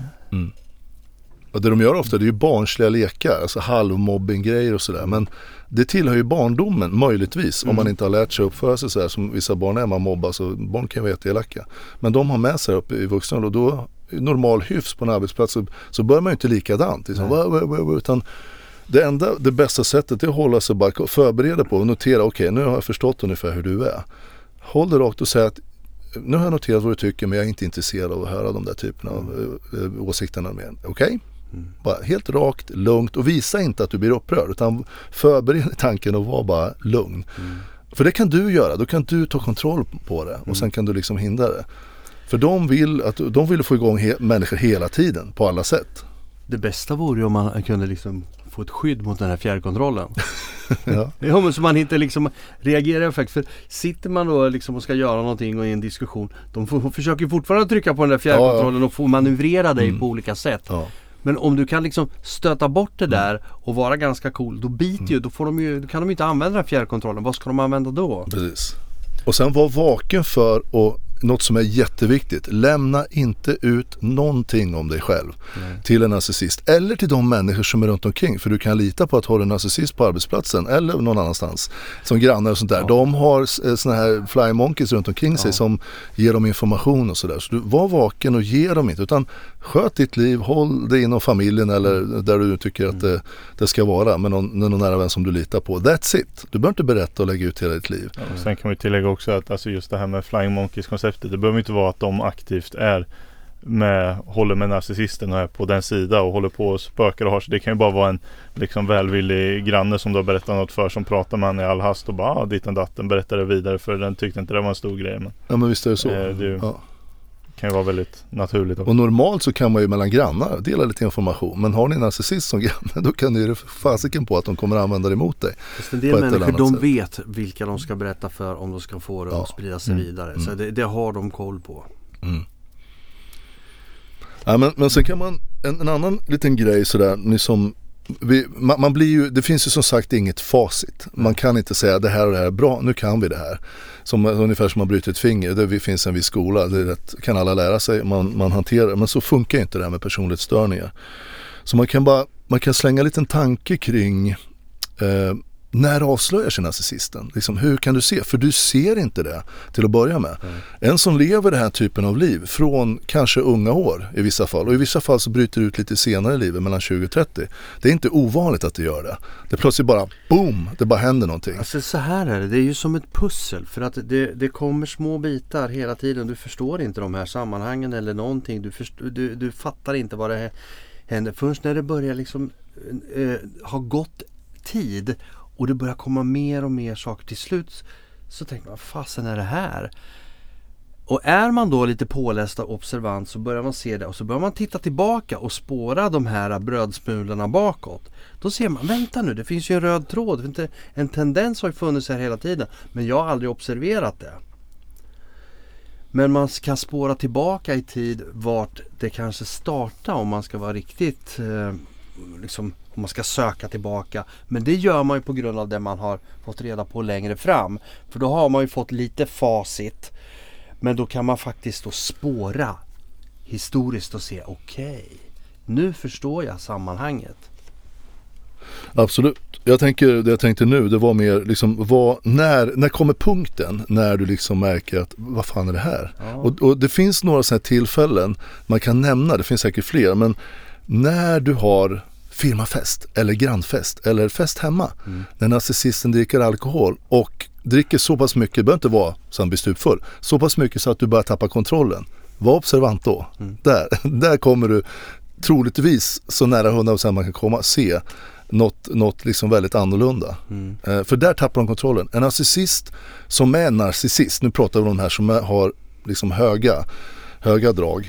Och det de gör ofta, det är ju barnsliga lekar, alltså halvmobbing-grejer och sådär, men det tillhör ju barndomen möjligtvis, om man inte har lärt sig uppföra sig så här som vissa barn är, man mobbar, så barn kan vara jätteelaka, men de har med sig upp i vuxna, och då normal hyfs på en arbetsplats så börjar man ju inte likadant liksom, utan det bästa sättet är att hålla sig bara förbereda på och notera, okej, nu har jag förstått ungefär hur du är. Håll det rakt och säg att nu har jag noterat vad du tycker, men jag är inte intresserad av att höra de där typerna av åsikterna mer. Okej? Bara helt rakt, lugnt, och visa inte att du blir upprörd, utan förbered tanken och var bara lugn. För det kan du göra, då kan du ta kontroll på det och sen kan du liksom hindra det. För de vill få igång människor hela tiden på alla sätt. Det bästa vore ju om man kunde liksom få ett skydd mot den här fjärrkontrollen. Ja, men så man inte liksom reagerar i effekt. För sitter man då liksom och ska göra någonting och i en diskussion, de försöker fortfarande trycka på den där fjärrkontrollen och få manövrera dig på olika sätt. Ja. Men om du kan liksom stöta bort det där och vara ganska cool, då biter ju, då kan de inte använda den här fjärrkontrollen. Vad ska de använda då? Precis. Och sen var vaken för, och något som är jätteviktigt, lämna inte ut någonting om dig själv till en narcissist eller till de människor som är runt omkring, för du kan lita på att ha en narcissist på arbetsplatsen eller någon annanstans som grannar och sånt där. De har såna här fly monkeys runt omkring sig som ger dem information och sådär. Så du var vaken och ge dem inte, utan sköt ditt liv, håll det inom familjen eller där du tycker att det ska vara, med någon nära vän som du litar på. That's it. Du behöver inte berätta och lägga ut hela ditt liv. Och sen kan vi tillägga också att alltså just det här med flying monkeys konceptet, det behöver inte vara att de aktivt håller med narcissisten och är på den sida och håller på och spökar och har sig. Det kan ju bara vara en liksom välvillig granne som du har berättat något för, som pratar med han i all hast och bara dit och datten berättar det vidare, för den tyckte inte det var en stor grej. Men, ja, men visst är det så. Det kan ju vara väldigt naturligt också. Och normalt så kan man ju mellan grannar dela lite information, men har ni en narcissist som granne, då kan ni ju fasiken på att de kommer att använda det emot dig. Just en del människor, de vet vilka de ska berätta för om de ska få det att sprida sig vidare. Så det har de koll på. Ja, men sen kan man en annan liten grej sådär, man blir ju, det finns ju som sagt inget facit. Man kan inte säga det här och det här är bra, nu kan vi det här. Ungefär som man bryter ett finger, det finns en viss skola, det kan alla lära sig, man hanterar, men så funkar inte det här med personlighetsstörningar. Så man kan slänga en liten tanke kring när avslöjar sig narcissisten? Liksom, hur kan du se? För du ser inte det till att börja med. En som lever den här typen av liv från kanske unga år i vissa fall, och i vissa fall så bryter det ut lite senare i livet, mellan 20 och 30. Det är inte ovanligt att det gör det. Det plötsligt bara, boom, det bara händer någonting. Alltså så här är det är ju som ett pussel, för att det kommer små bitar hela tiden. Du förstår inte de här sammanhangen eller någonting. Du fattar inte vad det händer. Först när det börjar liksom ha gått tid och det börjar komma mer och mer saker till slut, så tänker man, vad fasen är det här? Och är man då lite påläst och observant, så börjar man se det och så börjar man titta tillbaka och spåra de här brödsmulorna bakåt. Då ser man, vänta nu, det finns ju en röd tråd. En tendens har ju funnits här hela tiden, men jag har aldrig observerat det. Men man kan spåra tillbaka i tid vart det kanske startar, om man ska vara riktigt liksom, om man ska söka tillbaka. Men det gör man ju på grund av det man har fått reda på längre fram. För då har man ju fått lite facit. Men då kan man faktiskt då spåra historiskt och se, okej, nu förstår jag sammanhanget. Absolut. Det jag tänkte nu, det var mer liksom, när kommer punkten när du liksom märker att vad fan är det här? Ja. Och det finns några sådana tillfällen man kan nämna, det finns säkert fler, men när du har firmafest eller grannfest eller fest hemma, när narcissisten dricker alkohol och dricker så pass mycket, det behöver inte vara så han blir stupfull, så pass mycket så att du börjar tappa kontrollen. Var observant då. Där kommer du troligtvis så nära 100% man kan komma se något liksom väldigt annorlunda. För där tappar de kontrollen. En narcissist som är en narcissist, nu pratar vi om de här som har liksom höga drag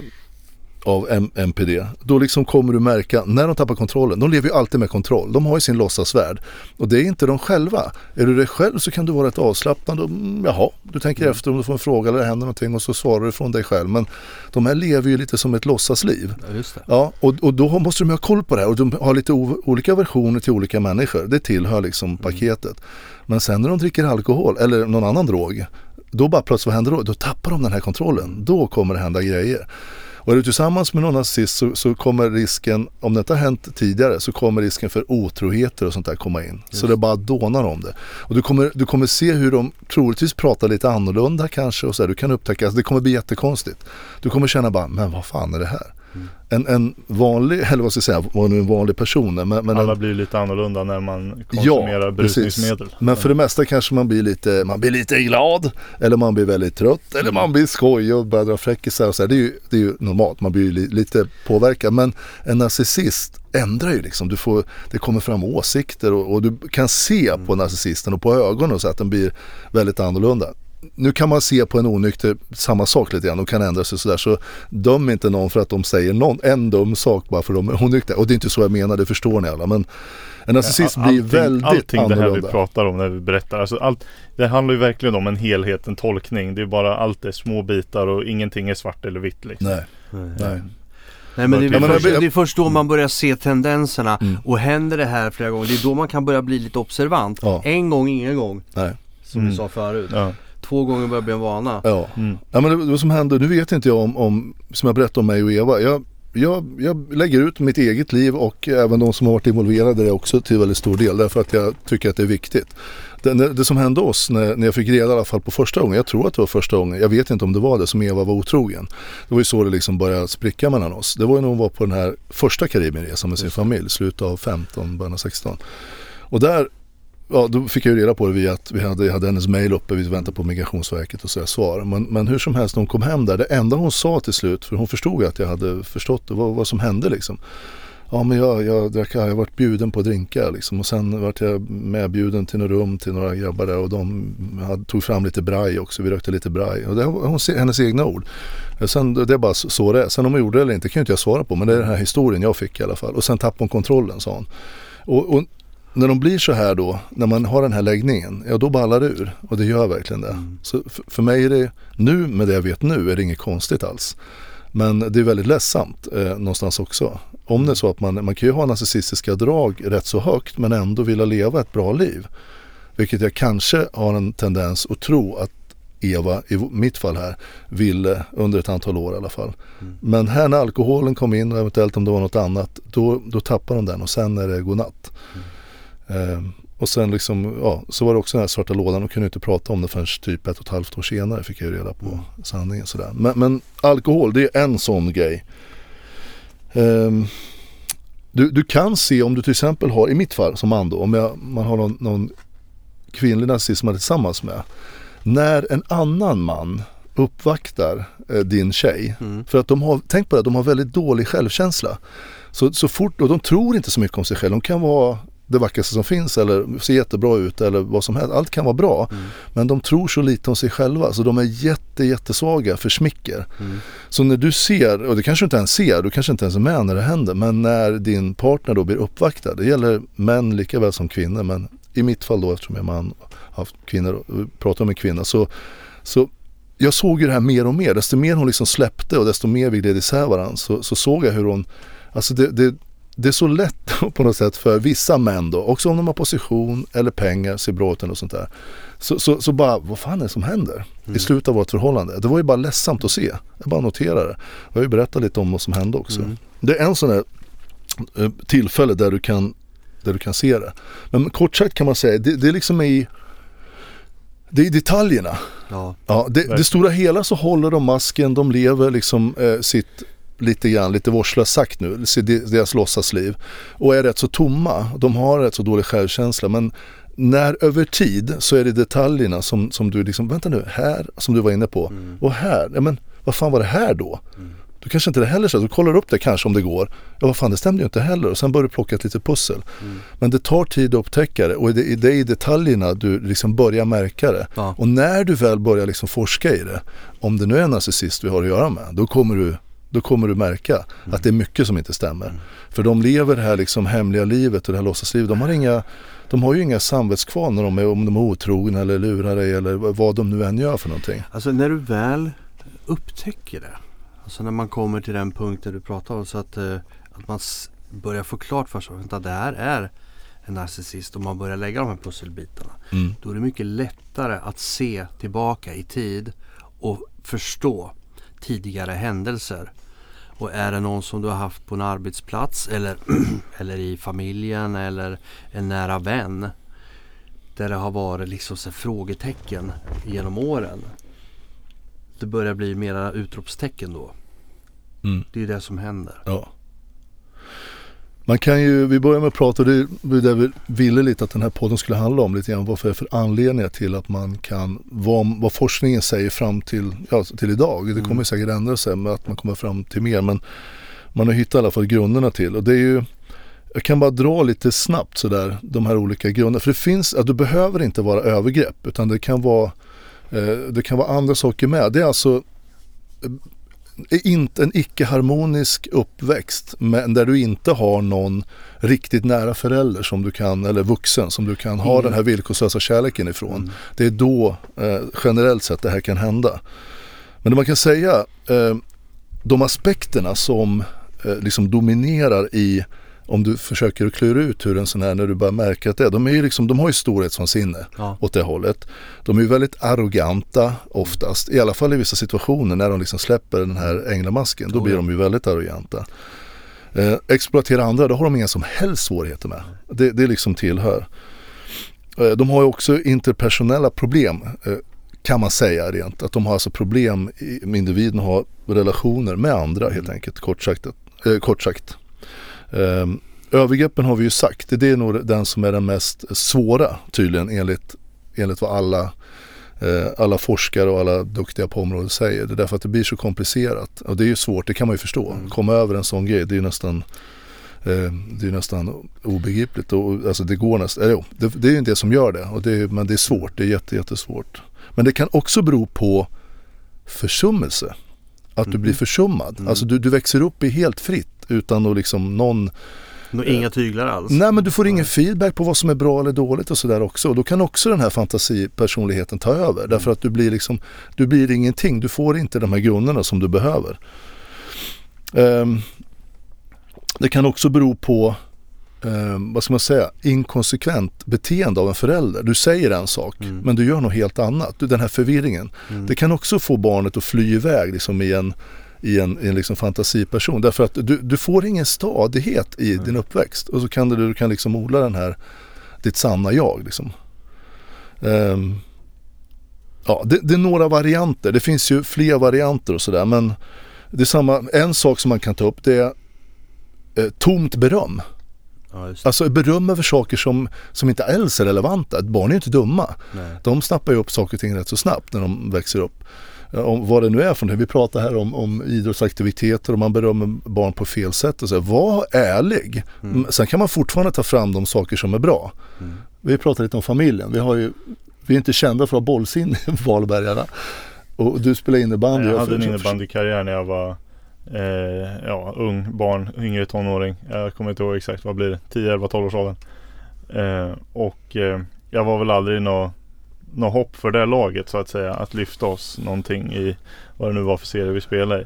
av MPD, då liksom kommer du märka när de tappar kontrollen, de lever ju alltid med kontroll, de har ju sin låtsasvärld och det är inte de själva. Är du dig själv så kan du vara rätt avslappnad och jaha, du tänker efter om du får en fråga eller det händer någonting och så svarar du från dig själv, men de här lever ju lite som ett låtsasliv. Ja, just det. Ja, och då måste de ha koll på det här och de har lite olika versioner till olika människor, det tillhör liksom paketet. Men sen när de dricker alkohol eller någon annan drog, då bara plötsligt, vad händer då? Då tappar de den här kontrollen, då kommer det hända grejer. Och är du tillsammans med någon narcissist så kommer risken, om det inte har hänt tidigare, så kommer risken för otroheter och sånt där komma in. Just. Så det bara dånar om det. Och du kommer se hur de troligtvis pratar lite annorlunda kanske och så här, du kan upptäcka, alltså det kommer bli jättekonstigt. Du kommer känna bara, men vad fan är det här? En vanlig, eller vad ska jag säga, var nu en vanlig person. Men alla blir lite annorlunda när man konsumerar brusningsmedel. Men för det mesta kanske man blir lite glad, eller man blir väldigt trött, eller man blir skoj och börjar dra fräckisar och så här. Det är ju normalt, man blir ju lite påverkad. Men en narcissist ändrar ju liksom, det kommer fram åsikter och du kan se på narcissisten och på ögonen och så att den blir väldigt annorlunda. Nu kan man se på en onykter samma sak lite grann, de kan ändra sig sådär, så döm inte någon för att de säger en dum sak bara för att de är onykter. Och det är inte så jag menar, det förstår ni alla, men en narcissist blir väldigt allting annorlunda. Det här vi pratar om när vi berättar, alltså det handlar ju verkligen om en helhet, en tolkning. Det är bara allt är små bitar och ingenting är svart eller vitt liksom. Nej. Nej, men det är först då man börjar se tendenserna och händer det här flera gånger, det är då man kan börja bli lite observant. Ja. En gång, ingen gång. Nej. Som vi sa förut. Ja. 2 gånger börjar bli en vana. Ja. Ja, men det som händer, nu vet inte jag om som jag berättade om mig och Eva. Jag lägger ut mitt eget liv och även de som har varit involverade det också till väldigt stor del, därför att jag tycker att det är viktigt. Det som hände oss när jag fick reda i alla fall på första gången, jag tror att det var första gången, jag vet inte om det var det, som Eva var otrogen. Det var ju så det liksom började spricka mellan oss. Det var ju när hon var på den här första Karibienresan med sin familj, slutet av 15, början av 16. Och där, ja, då fick jag ju reda på det via att vi hade hennes mejl uppe, vi väntade på Migrationsverket och så svar. Men hur som helst, hon kom hem där, det enda hon sa till slut, för hon förstod att jag hade förstått det, vad som hände liksom. Ja, men jag varit bjuden på drinkar liksom, och sen vart jag medbjuden till några rum till några grabbar där och de tog fram lite braj också, vi rökte lite braj och det var hennes egna ord. Sen, det är bara så det är. Sen om hon gjorde det eller inte kan ju inte jag svara på, men det är den här historien jag fick i alla fall. Och sen tappade hon kontrollen, sa hon. Och när de blir så här då, när man har den här läggningen, ja då ballar det ur, och det gör verkligen det. Så för mig är det, nu med det jag vet nu, är det inget konstigt alls. Men det är väldigt ledsamt någonstans också. Om det är så att man kan ju ha narcissistiska drag rätt så högt men ändå vilja leva ett bra liv. Vilket jag kanske har en tendens att tro att Eva, i mitt fall här, ville under ett antal år i alla fall. Men här när alkoholen kom in och eventuellt om det var något annat, då tappar de den och sen är det godnatt. Och sen liksom, så var det också den här svarta lådan och kunde inte prata om det förrän typ 1,5 år senare fick jag ju reda på sanningen sådär. Men alkohol, det är en sån grej. Du kan se om du till exempel har, i mitt fall som man då, om man har någon kvinnlig narcissist man är tillsammans med. När en annan man uppvaktar din tjej, för att tänk på det, de har väldigt dålig självkänsla. Så fort, och de tror inte så mycket om sig själv. De kan vara det vackraste som finns eller se jättebra ut eller vad som helst. Allt kan vara bra. Men de tror så lite om sig själva så de är jättesvaga för smicker. Så när du ser, och det kanske du inte ens ser, du kanske inte ens är med när det händer, men när din partner då blir uppvaktad, det gäller män lika väl som kvinnor, men i mitt fall då, eftersom jag är man, haft kvinnor och pratat med kvinnor, så jag såg ju det här mer och mer. Desto mer hon liksom släppte och desto mer vi gled isär varandra, så såg jag hur hon, alltså det är så lätt på något sätt för vissa män då, också om de har position eller pengar, ser bra ut och sånt där. Så bara, vad fan är det som händer i slutet av vårt förhållande? Det var ju bara ledsamt att se. Jag bara noterar det. Jag har ju berättat lite om vad som hände också. Det är en sån här tillfälle där du kan se det. Men kort sagt kan man säga, det är liksom det är i detaljerna. Ja, det stora hela så håller de masken, de lever liksom sitt lite vårdslöst sagt nu, deras låtsasliv, och är rätt så tomma. De har rätt så dålig självkänsla, men när över tid så är det detaljerna som du liksom, vänta nu, här, som du var inne på, och här, ja men vad fan var det här då? Du kanske inte det heller så, du kollar upp det kanske om det går. Ja, vad fan, det stämde ju inte heller. Och sen börjar du plocka ett litet pussel. Men det tar tid att upptäcka det. Och det är i detaljerna du liksom börjar märka det. Ja. Och när du väl börjar liksom forska i det, om det nu är en narcissist vi har att göra med, då kommer du märka att det är mycket som inte stämmer. För de lever det här liksom hemliga livet och det här låtsaslivet. De har ju inga samvetskval när om de är otrogna eller lurar dig eller vad de nu än gör för någonting. Alltså när du väl upptäcker det, alltså när man kommer till den punkten du pratar om, så att man börjar få klart för sig att det här är en narcissist och man börjar lägga de här pusselbitarna, då är det mycket lättare att se tillbaka i tid och förstå tidigare händelser. Och är det någon som du har haft på en arbetsplats eller i familjen eller en nära vän där det har varit liksom så frågetecken genom åren, det börjar bli mera utropstecken då. Det är ju det som händer. Ja. Man kan ju, vi börjar med att prata, det är där vi ville lite att den här podden skulle handla om lite grann, vad för anledningar till att man kan, vad forskningen säger fram till idag. Det kommer säkert ändra sig med att man kommer fram till mer, men man har hittat i alla fall grunderna till, och det är ju, jag kan bara dra lite snabbt så där de här olika grunderna, för det finns, att du behöver inte vara övergrepp, utan det kan vara andra saker med. Det är alltså inte en icke-harmonisk uppväxt, men där du inte har någon riktigt nära förälder som du kan, eller vuxen som du kan ha den här villkorslösa kärleken ifrån. Det är då generellt sett det här kan hända. Men det man kan säga, de aspekterna som liksom dominerar i, om du försöker att klura ut hur en sån här, när du börjar märka att det är, de är ju liksom, de har ju storhetsvansinne åt det hållet. De är ju väldigt arroganta oftast, i alla fall i vissa situationer när de liksom släpper den här änglamasken, då blir de ju väldigt arroganta. Exploatera andra, då har de inga som helst svårigheter med. Det liksom tillhör. De har ju också interpersonella problem, kan man säga rent, att de har alltså problem med individen, har relationer med andra helt enkelt, kort sagt. Övergreppen har vi ju sagt, det är nog den som är den mest svåra tydligen, enligt vad alla forskare och alla duktiga på området säger. Det är därför att det blir så komplicerat, och det är ju svårt, det kan man ju förstå. Komma över en sån grej, det är nästan obegripligt, och alltså det går nästan, det är ju inte det som gör det, men det är svårt, det är jättesvårt. Men det kan också bero på försummelse, att du blir försummad. Alltså du växer upp i helt fritt utan att liksom inga tyglar alls. Nej, men du får ingen feedback på vad som är bra eller dåligt och sådär också. Och då kan också den här fantasipersonligheten ta över. Därför att du blir ingenting. Du får inte de här grunderna som du behöver. Det kan också bero på vad ska man säga, inkonsekvent beteende av en förälder. Du säger en sak, men du gör något helt annat. Den här förvirringen. Det kan också få barnet att fly iväg liksom i en liksom fantasiperson, därför att du får ingen stadighet i din uppväxt, och så kan du kan liksom odla ditt sanna jag liksom. Ja, det är några varianter. Det finns ju fler varianter och sådär, men det är samma. En sak som man kan ta upp, det är tomt beröm. Ja, just det. Alltså beröm över saker som inte alls är relevanta. Barn är ju inte dumma. Nej. De snappar ju upp saker och ting rätt så snabbt när de växer upp. Om vad det nu är för det. Vi pratar här om idrottsaktiviteter och man berömmer barn på fel sätt. Och så. Var ärlig. Sen kan man fortfarande ta fram de saker som är bra. Vi pratar lite om familjen. Vi är inte kända för att ha bollsinne i Valbergarna. Och du spelar innebandy. Jag hade en innebandykarriär när jag var ung, barn, yngre tonåring. Jag kommer inte ihåg exakt, vad blir det? 10, 11, 12 års åldern. Jag var väl aldrig något hopp för det laget så att säga. Att lyfta oss någonting i vad det nu var för serie vi spelade i.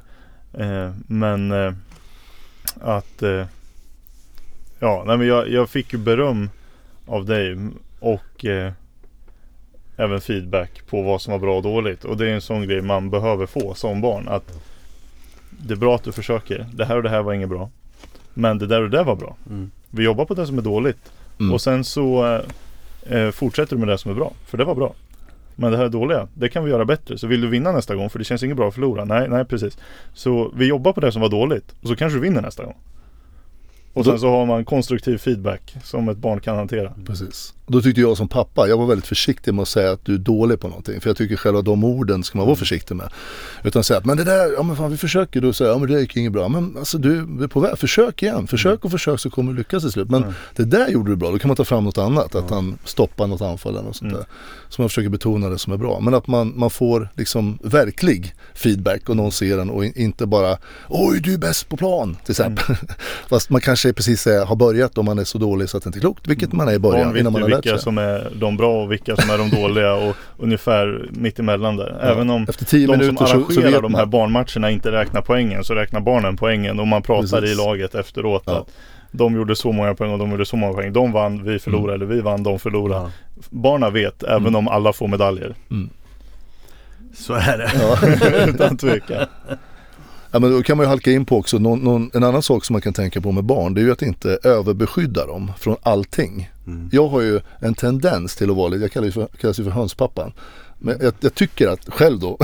Jag fick ju beröm av dig och även feedback på vad som var bra och dåligt. Och det är en sån grej man behöver få som barn. Att det är bra att du försöker. Det här och det här var inget bra. Men det där och det där var bra. Vi jobbar på det som är dåligt. Och sen så fortsätter du med det som är bra. För det var bra. Men det här är dåliga. Det kan vi göra bättre. Så vill du vinna nästa gång, för det känns inget bra att förlora. Nej, precis. Så vi jobbar på det som var dåligt. Och så kanske du vinner nästa gång. Och sen så har man konstruktiv feedback som ett barn kan hantera. Precis. Då tyckte jag som pappa, jag var väldigt försiktig med att säga att du är dålig på någonting. För jag tycker själva de orden ska man vara försiktig med. Utan säga att men det där, ja men fan vi försöker. Då säger jag, ja men det gick inget bra. Men alltså du är på väg, försök igen. Försök så kommer du lyckas till slut. Men det där gjorde du bra, då kan man ta fram något annat. Att han stoppar något anfall eller något sånt där. Så man försöker betona det som är bra. Men att man får liksom verklig feedback och någon ser den och inte bara oj du är bäst på plan till exempel. Fast man kanske precis har börjat om man är så dålig så att det inte är klokt. Vilket man är i början innan man har lärt sig. Vilka som är de bra och vilka som är de dåliga och ungefär mitt emellan där. Även om efter 10 de minuter som arrangerar så de här barnmatcherna inte räknar poängen, så räknar barnen poängen och man pratar precis. i laget efteråt att de gjorde så många poäng och de gjorde så många poäng. De vann, vi förlorade, eller vi vann, de förlorade. Barnen vet, även om alla får medaljer. Så är det. Utan tvekan. Ja, men då kan man ju halka in på också en annan sak som man kan tänka på med barn, det är ju att inte överbeskydda dem från allting. Jag har ju en tendens till att vara lite, jag kallas ju för hönspappan. Men jag tycker att själv då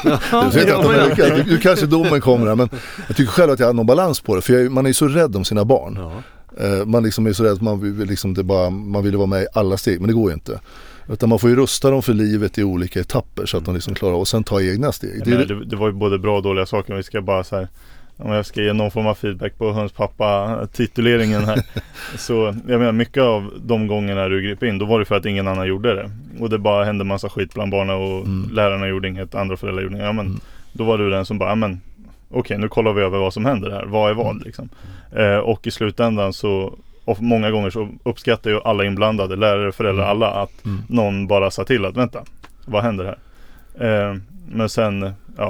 du kanske domen kommer här, men jag tycker själv att jag har någon balans på det, för man är ju så rädd om sina barn. Man liksom är så rädd att man vill vara med i alla steg, men det går ju inte. Utan man får ju rusta dem för livet i olika etapper så att de liksom klarar och sen ta egna steg. Det var ju både bra och dåliga saker. Vi ska bara så här, om jag ska ge någon form av feedback på hönspappa-tituleringen här. Så jag menar, mycket av de gångerna du grep in, då var det för att ingen annan gjorde det. Och det bara hände massa skit bland barnen och lärarna gjorde inget, andra föräldrar gjorde inget. Ja, men då var du den som bara, okej, nu kollar vi över vad som händer här. Vad är vad liksom. Och i slutändan så, och många gånger så uppskattar ju alla inblandade, lärare, föräldrar, alla, att någon bara sa till att vänta, vad händer här? Men sen,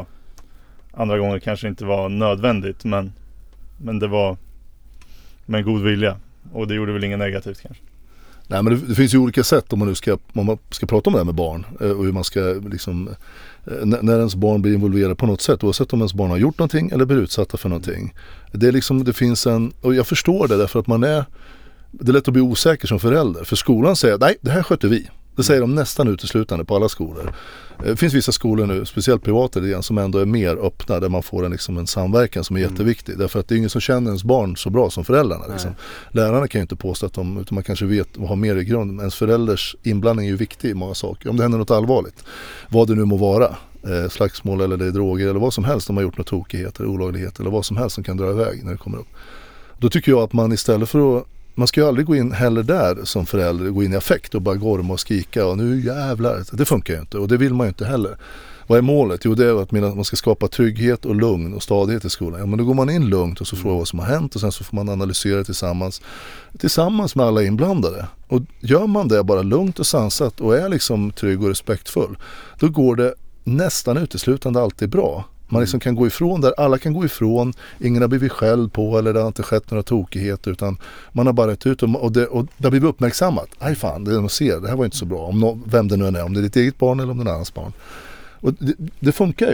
andra gånger kanske inte var nödvändigt, men det var med en god vilja, och det gjorde väl inget negativt kanske. Nej, men det finns ju olika sätt om man ska prata om det här med barn och hur man ska liksom, när ens barn blir involverade på något sätt, oavsett om ens barn har gjort någonting eller blir utsatta för någonting. Det är liksom, det finns och jag förstår det därför att det är lätt att bli osäker som förälder, för skolan säger nej, det här sköter vi. Det säger de nästan uteslutande på alla skolor. Det finns vissa skolor nu, speciellt privata, som ändå är mer öppna, där man får en samverkan som är jätteviktig. Därför att det är ingen som känner ens barn så bra som föräldrarna. Liksom. Lärarna kan ju inte påstå att utan man kanske vet och har mer i grund. Ens förälders inblandning är ju viktig i många saker. Om det händer något allvarligt, vad det nu må vara, slagsmål eller det är droger eller vad som helst, de har gjort något tokigheter, olagligheter eller vad som helst som kan dra iväg när det kommer upp. Då tycker jag att man istället för att man ska ju aldrig gå in heller där som förälder, gå in i affekt och bara gorma och skrika och nu jävlar, det funkar ju inte och det vill man ju inte heller. Vad är målet? Jo, det är att man ska skapa trygghet och lugn och stadighet i skolan. Ja, men då går man in lugnt och så frågar vad som har hänt och sen så får man analysera tillsammans med alla inblandade. Och gör man det bara lugnt och sansat och är liksom trygg och respektfull, då går det nästan uteslutande alltid bra. Man liksom kan gå ifrån där, alla kan gå ifrån, ingen har blivit själv på eller det har inte skett några tokigheter, utan man har bara rätt ut och det har blivit uppmärksammat. Aj fan, det ser, det här var inte så bra, vem det nu är, om det är ditt eget barn eller om det är någon annans barn. Och det funkar ju.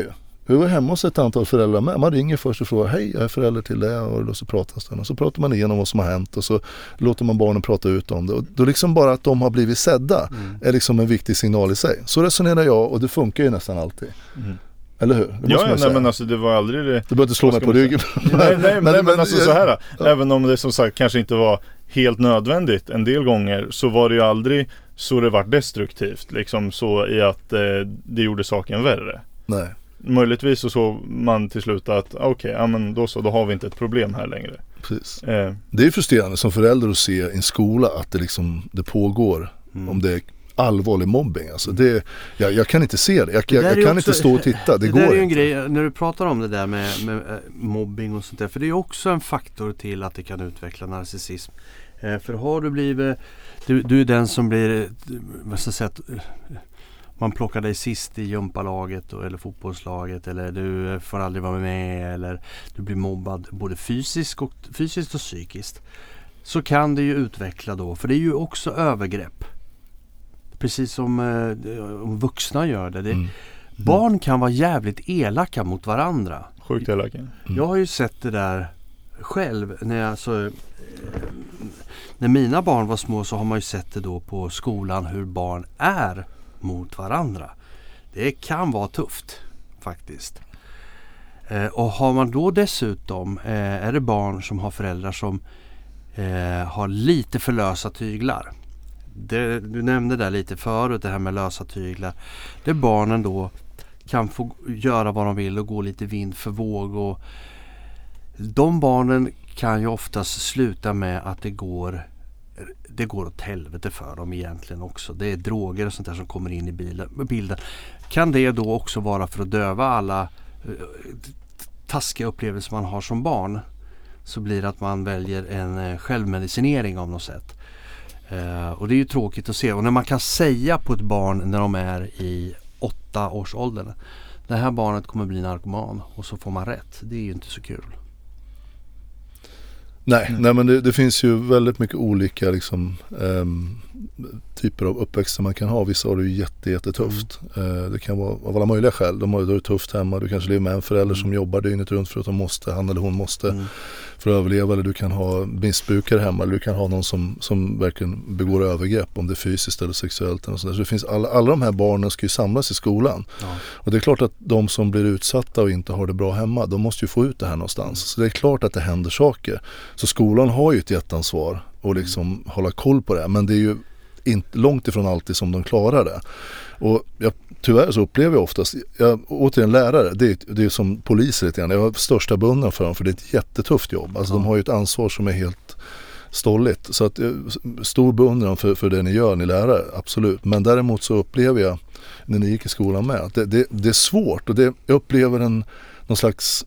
Vi var hemma hos ett antal föräldrar med. Man ringer först och frågar, hej, jag är förälder till det, och då så pratas det. Och så pratar man igenom vad som har hänt och så låter man barnen prata ut om det. Och då liksom bara att de har blivit sedda är liksom en viktig signal i sig. Så resonerar jag, och det funkar ju nästan alltid. Eller hur? Men alltså det var aldrig det. Du behöver inte slå mig på ryggen. Nej, men alltså så här. Även om det som sagt kanske inte var helt nödvändigt en del gånger, så var det ju aldrig så det var destruktivt. Liksom så i att det gjorde saken värre. Nej. Möjligtvis så såg man till slut att okej, men då har vi inte ett problem här längre. Precis. Det är frustrerande som förälder att se i en skola att det pågår om det är allvarlig mobbing. Alltså jag kan inte se det. Jag kan inte stå och titta. Det går där är ju en inte. grej, när du pratar om det där med mobbing och sånt där, för det är också en faktor till att det kan utveckla narcissism. För har du blivit du är den som blir, vad ska jag säga, man plockar dig sist i gympalaget eller fotbollslaget, eller du får aldrig vara med, eller du blir mobbad både fysiskt och psykiskt, så kan det ju utveckla då, för det är ju också övergrepp. Precis som vuxna gör det. Barn kan vara jävligt elaka mot varandra. Sjukt elaka. Jag har ju sett det där själv när mina barn var små, så har man ju sett det då på skolan hur barn är mot varandra. Det kan vara tufft faktiskt. Och har man då dessutom är det barn som har föräldrar som har lite för lösa tyglar. Du nämnde där lite förut det här med lösa tyglar. Där barnen då kan få göra vad de vill och gå lite vind för våg, och de barnen kan ju oftast sluta med att det går åt helvete för dem egentligen också. Det är droger och sånt där som kommer in i bilden. Kan det då också vara för att döva alla taskiga upplevelser man har som barn, så blir det att man väljer en självmedicinering av något sätt. Och det är ju tråkigt att se. Och när man kan säga på ett barn när de är i 8-årsåldern, det här barnet kommer bli narkoman, och så får man rätt. Det är ju inte så kul. Nej, men det finns ju väldigt mycket olika liksom, typer av uppväxter man kan ha. Vissa har det ju jättetufft. Det kan vara av alla möjliga skäl. De har det tufft hemma. Du kanske lever med en förälder som jobbar dygnet runt för att han eller hon måste för att överleva. Eller du kan ha missbrukare hemma. Eller du kan ha någon som verkligen begår övergrepp, om det är fysiskt eller sexuellt. Eller så det finns alla de här barnen ska ju samlas i skolan. Ja. Och det är klart att de som blir utsatta och inte har det bra hemma, de måste ju få ut det här någonstans. Så det är klart att det händer saker. Så skolan har ju ett jätteansvar och liksom hålla koll på det. Men det är ju inte långt ifrån alltid som de klarar det. Och tyvärr så upplever jag oftast, återigen lärare, det är som poliser lite grann. Jag har största beundran för dem, för det är ett jättetufft jobb. Alltså de har ju ett ansvar som är helt stolligt. Så att stor beundran för det ni gör, ni lärare, absolut. Men däremot så upplever jag, när ni gick i skolan med, att det är svårt, och jag upplever någon slags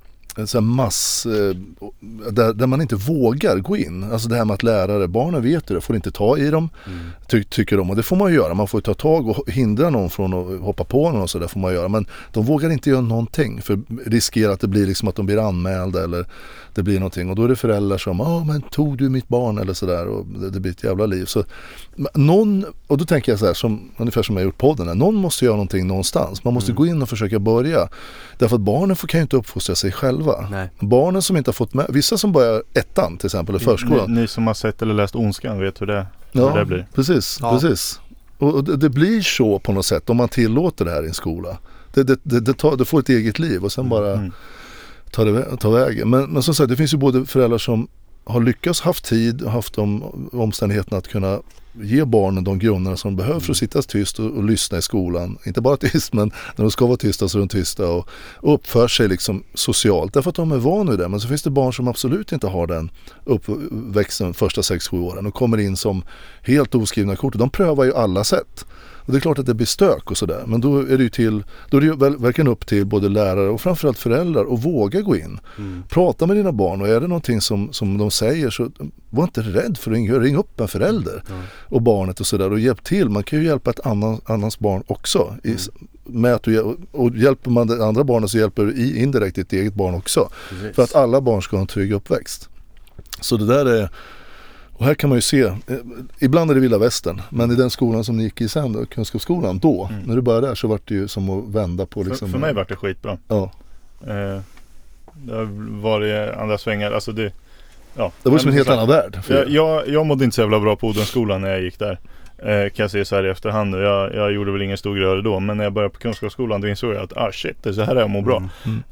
där man inte vågar gå in. Alltså det här med att lärare, barnen vet det, får inte ta i dem, tycker de, och det får man göra. Man får ta tag och hindra någon från att hoppa på någon, och så där får man göra. Men de vågar inte göra någonting, för riskerar att det blir liksom att de blir anmälda, eller det blir någonting. Och då är det föräldrar som, men tog du mitt barn, eller sådär, och det blir ett jävla liv. Så och då tänker jag så här, ungefär som jag har gjort podden här, någon måste göra någonting någonstans. Man måste gå in och försöka börja. Därför att barnen kan ju inte uppfostra sig själva. Nej. Barnen som inte har fått med, vissa som börjar ettan till exempel, eller förskolan. Ni som har sett eller läst Ondskan vet hur det blir. Precis. Och det blir så på något sätt om man tillåter det här i en skola. Det får ett eget liv och sen bara ta vägen. Men som sagt, det finns ju både föräldrar som har lyckats, haft tid och haft de omständigheterna att kunna ge barnen de grunderna som de behöver för att sitta tyst och lyssna i skolan. Inte bara tyst, men när de ska vara tysta så är de tysta och uppför sig liksom socialt. Därför att de är vana vid det. Men så finns det barn som absolut inte har den uppväxten första 6-7 åren och kommer in som helt oskrivna kort. De prövar ju alla sätt. Och det är klart att det blir stök och sådär. Men då är det ju verkligen upp till både lärare och framförallt föräldrar att våga gå in. Prata med dina barn, och är det någonting som de säger, så var inte rädd för att ringa upp en förälder och barnet och sådär och hjälp till. Man kan ju hjälpa ett annans barn också. Med att och hjälper man det andra barnet, så hjälper du indirekt ditt eget barn också. Precis. För att alla barn ska ha en trygg uppväxt. Så det där är... Och här kan man ju se, ibland är det vilda västern, men i den skolan som ni gick i sen, kunskapsskolan, när du började där, så var det ju som att vända på liksom... För mig var det skitbra. Ja. Det har varit andra svängar. Alltså det var som en helt annan värld. Jag mådde inte så jävla bra på Odenskolan när jag gick där. Kan jag se så här i efterhand. Jag gjorde väl ingen stor grej då. Men när jag började på Kunskapsskolan då insåg jag att shit, det är så här jag mår bra.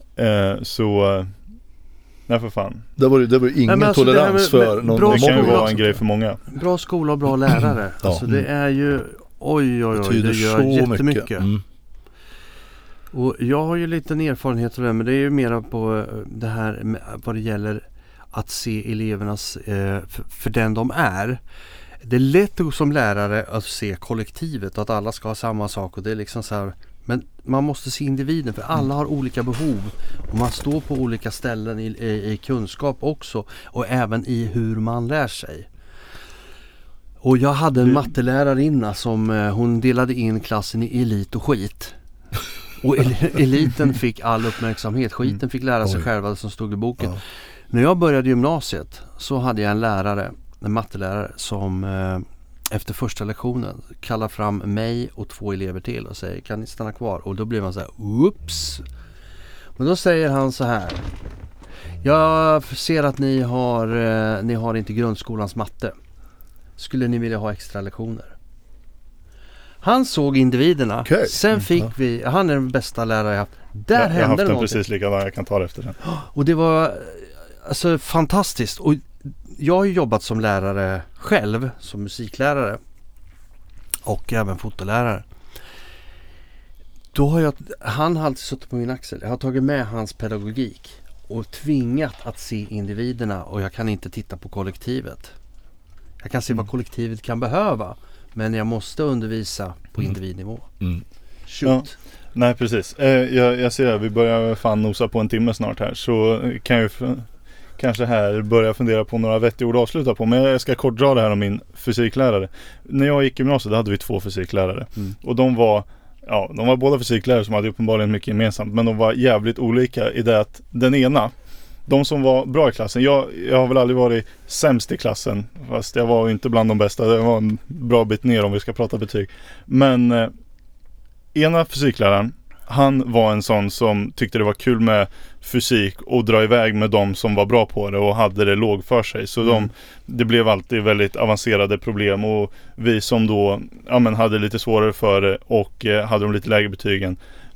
Nej för fan. Det var ingen tolerans för någon. Det kan ju vara en grej för många. Bra skola och bra lärare. Alltså det är ju oj, det gör jättemycket. Och jag har ju lite erfarenhet av det, men det är ju mera på det här vad det gäller att se elevernas för den de är. Det är lätt som lärare att se kollektivet och att alla ska ha samma sak, och det är liksom så här, men man måste se individen, för alla har olika behov och man står på olika ställen i kunskap också, och även i hur man lär sig. Och jag hade en mattelärarinna som hon delade in klassen i elit och skit. Och eliten fick all uppmärksamhet, skiten fick lära sig själva som stod i boken. När jag började gymnasiet så hade jag en mattelärare som efter första lektionen kallar fram mig och 2 elever till och säger, kan ni stanna kvar? Och då blir man så här, oops. Men då säger han så här: jag ser att ni har inte grundskolans matte. Skulle ni vilja ha extra lektioner? Han såg individerna. Okay. Sen fick han är den bästa lärare jag haft. Där hände jag har haft den någonting. Precis likadan, jag kan ta det efter sen. Och det var alltså fantastiskt. Och jag har ju jobbat som lärare själv, som musiklärare och även fotolärare. Då har han har alltid suttit på min axel. Jag har tagit med hans pedagogik och tvingat att se individerna, och jag kan inte titta på kollektivet. Jag kan se vad kollektivet kan behöva, men jag måste undervisa på individnivå. Ja. Nej, precis. Jag ser att vi börjar fan nosa på en timme snart här, så kan jag kanske här börja fundera på några vettiga ord att avsluta på. Men jag ska kort dra det här om min fysiklärare. När jag gick i gymnasiet hade vi 2 fysiklärare. Och de var båda fysiklärare som hade uppenbarligen mycket gemensamt, men de var jävligt olika i det att den ena, de som var bra i klassen, jag har väl aldrig varit sämst i klassen, fast jag var inte bland de bästa, det var en bra bit ner om vi ska prata betyg. Men ena fysikläraren, han var en sån som tyckte det var kul med fysik och dra iväg med de som var bra på det och hade det låg för sig. Så det blev alltid väldigt avancerade problem, och vi som då hade lite svårare för det och hade de lite lägre betygen,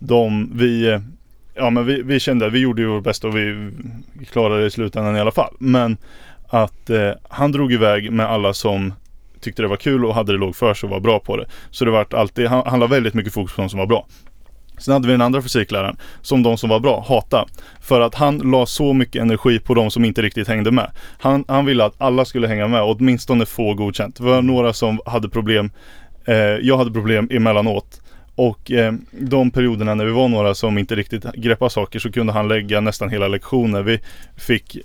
vi kände att vi gjorde ju vårt bästa och vi klarade det i slutändan i alla fall. Men att han drog iväg med alla som tyckte det var kul och hade det låg för sig och var bra på det. Så det var alltid, han la väldigt mycket fokus på de som var bra. Sen hade vi den andra fysikläraren som de som var bra hatade, för att han la så mycket energi på de som inte riktigt hängde med. Han ville att alla skulle hänga med och åtminstone få godkänt. Det var några som hade problem, jag hade problem emellanåt. Och de perioderna när vi var några som inte riktigt greppade saker, så kunde han lägga nästan hela lektioner. Vi fick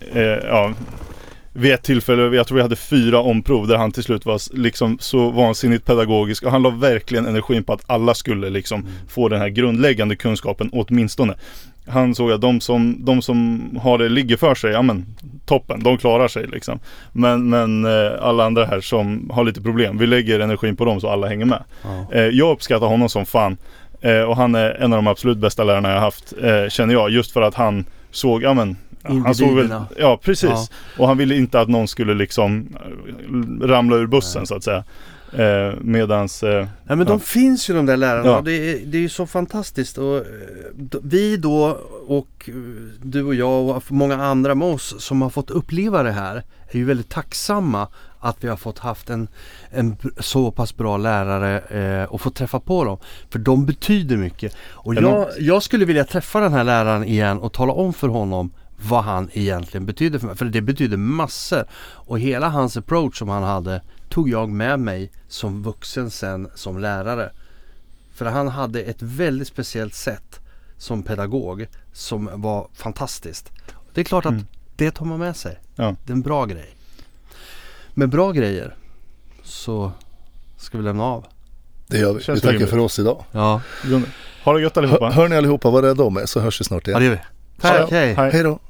vid ett tillfälle, jag tror vi hade 4 omprov där han till slut var liksom så vansinnigt pedagogisk, och han la verkligen energin på att alla skulle liksom få den här grundläggande kunskapen åtminstone. Han såg att de som har det ligger för sig, toppen, de klarar sig liksom. Men alla andra här som har lite problem, vi lägger energin på dem så alla hänger med. Jag uppskattar honom som fan, och han är en av de absolut bästa lärarna jag har haft, känner jag, just för att han såg, han såg väl, ja precis, och han ville inte att någon skulle liksom ramla ur bussen så att säga. Medans men de finns ju, de där lärarna. Det är ju så fantastiskt, och vi då, och du och jag och många andra med oss som har fått uppleva det här, är ju väldigt tacksamma att vi har fått haft en så pass bra lärare och fått träffa på dem, för de betyder mycket. Och jag skulle vilja träffa den här läraren igen och tala om för honom vad han egentligen betyder för mig, för det betyder massor. Och hela hans approach som han hade tog jag med mig som vuxen sen som lärare, för han hade ett väldigt speciellt sätt som pedagog som var fantastiskt. Det är klart att det tar man med sig. Det är en bra grej. Med bra grejer så ska vi lämna av. Det gör vi. Vi tackar för oss idag. Ha det gött allihopa. Hör ni allihopa, var rädda om er, så hörs vi snart igen. Ja, det gör vi. Tack, hej. Hej då.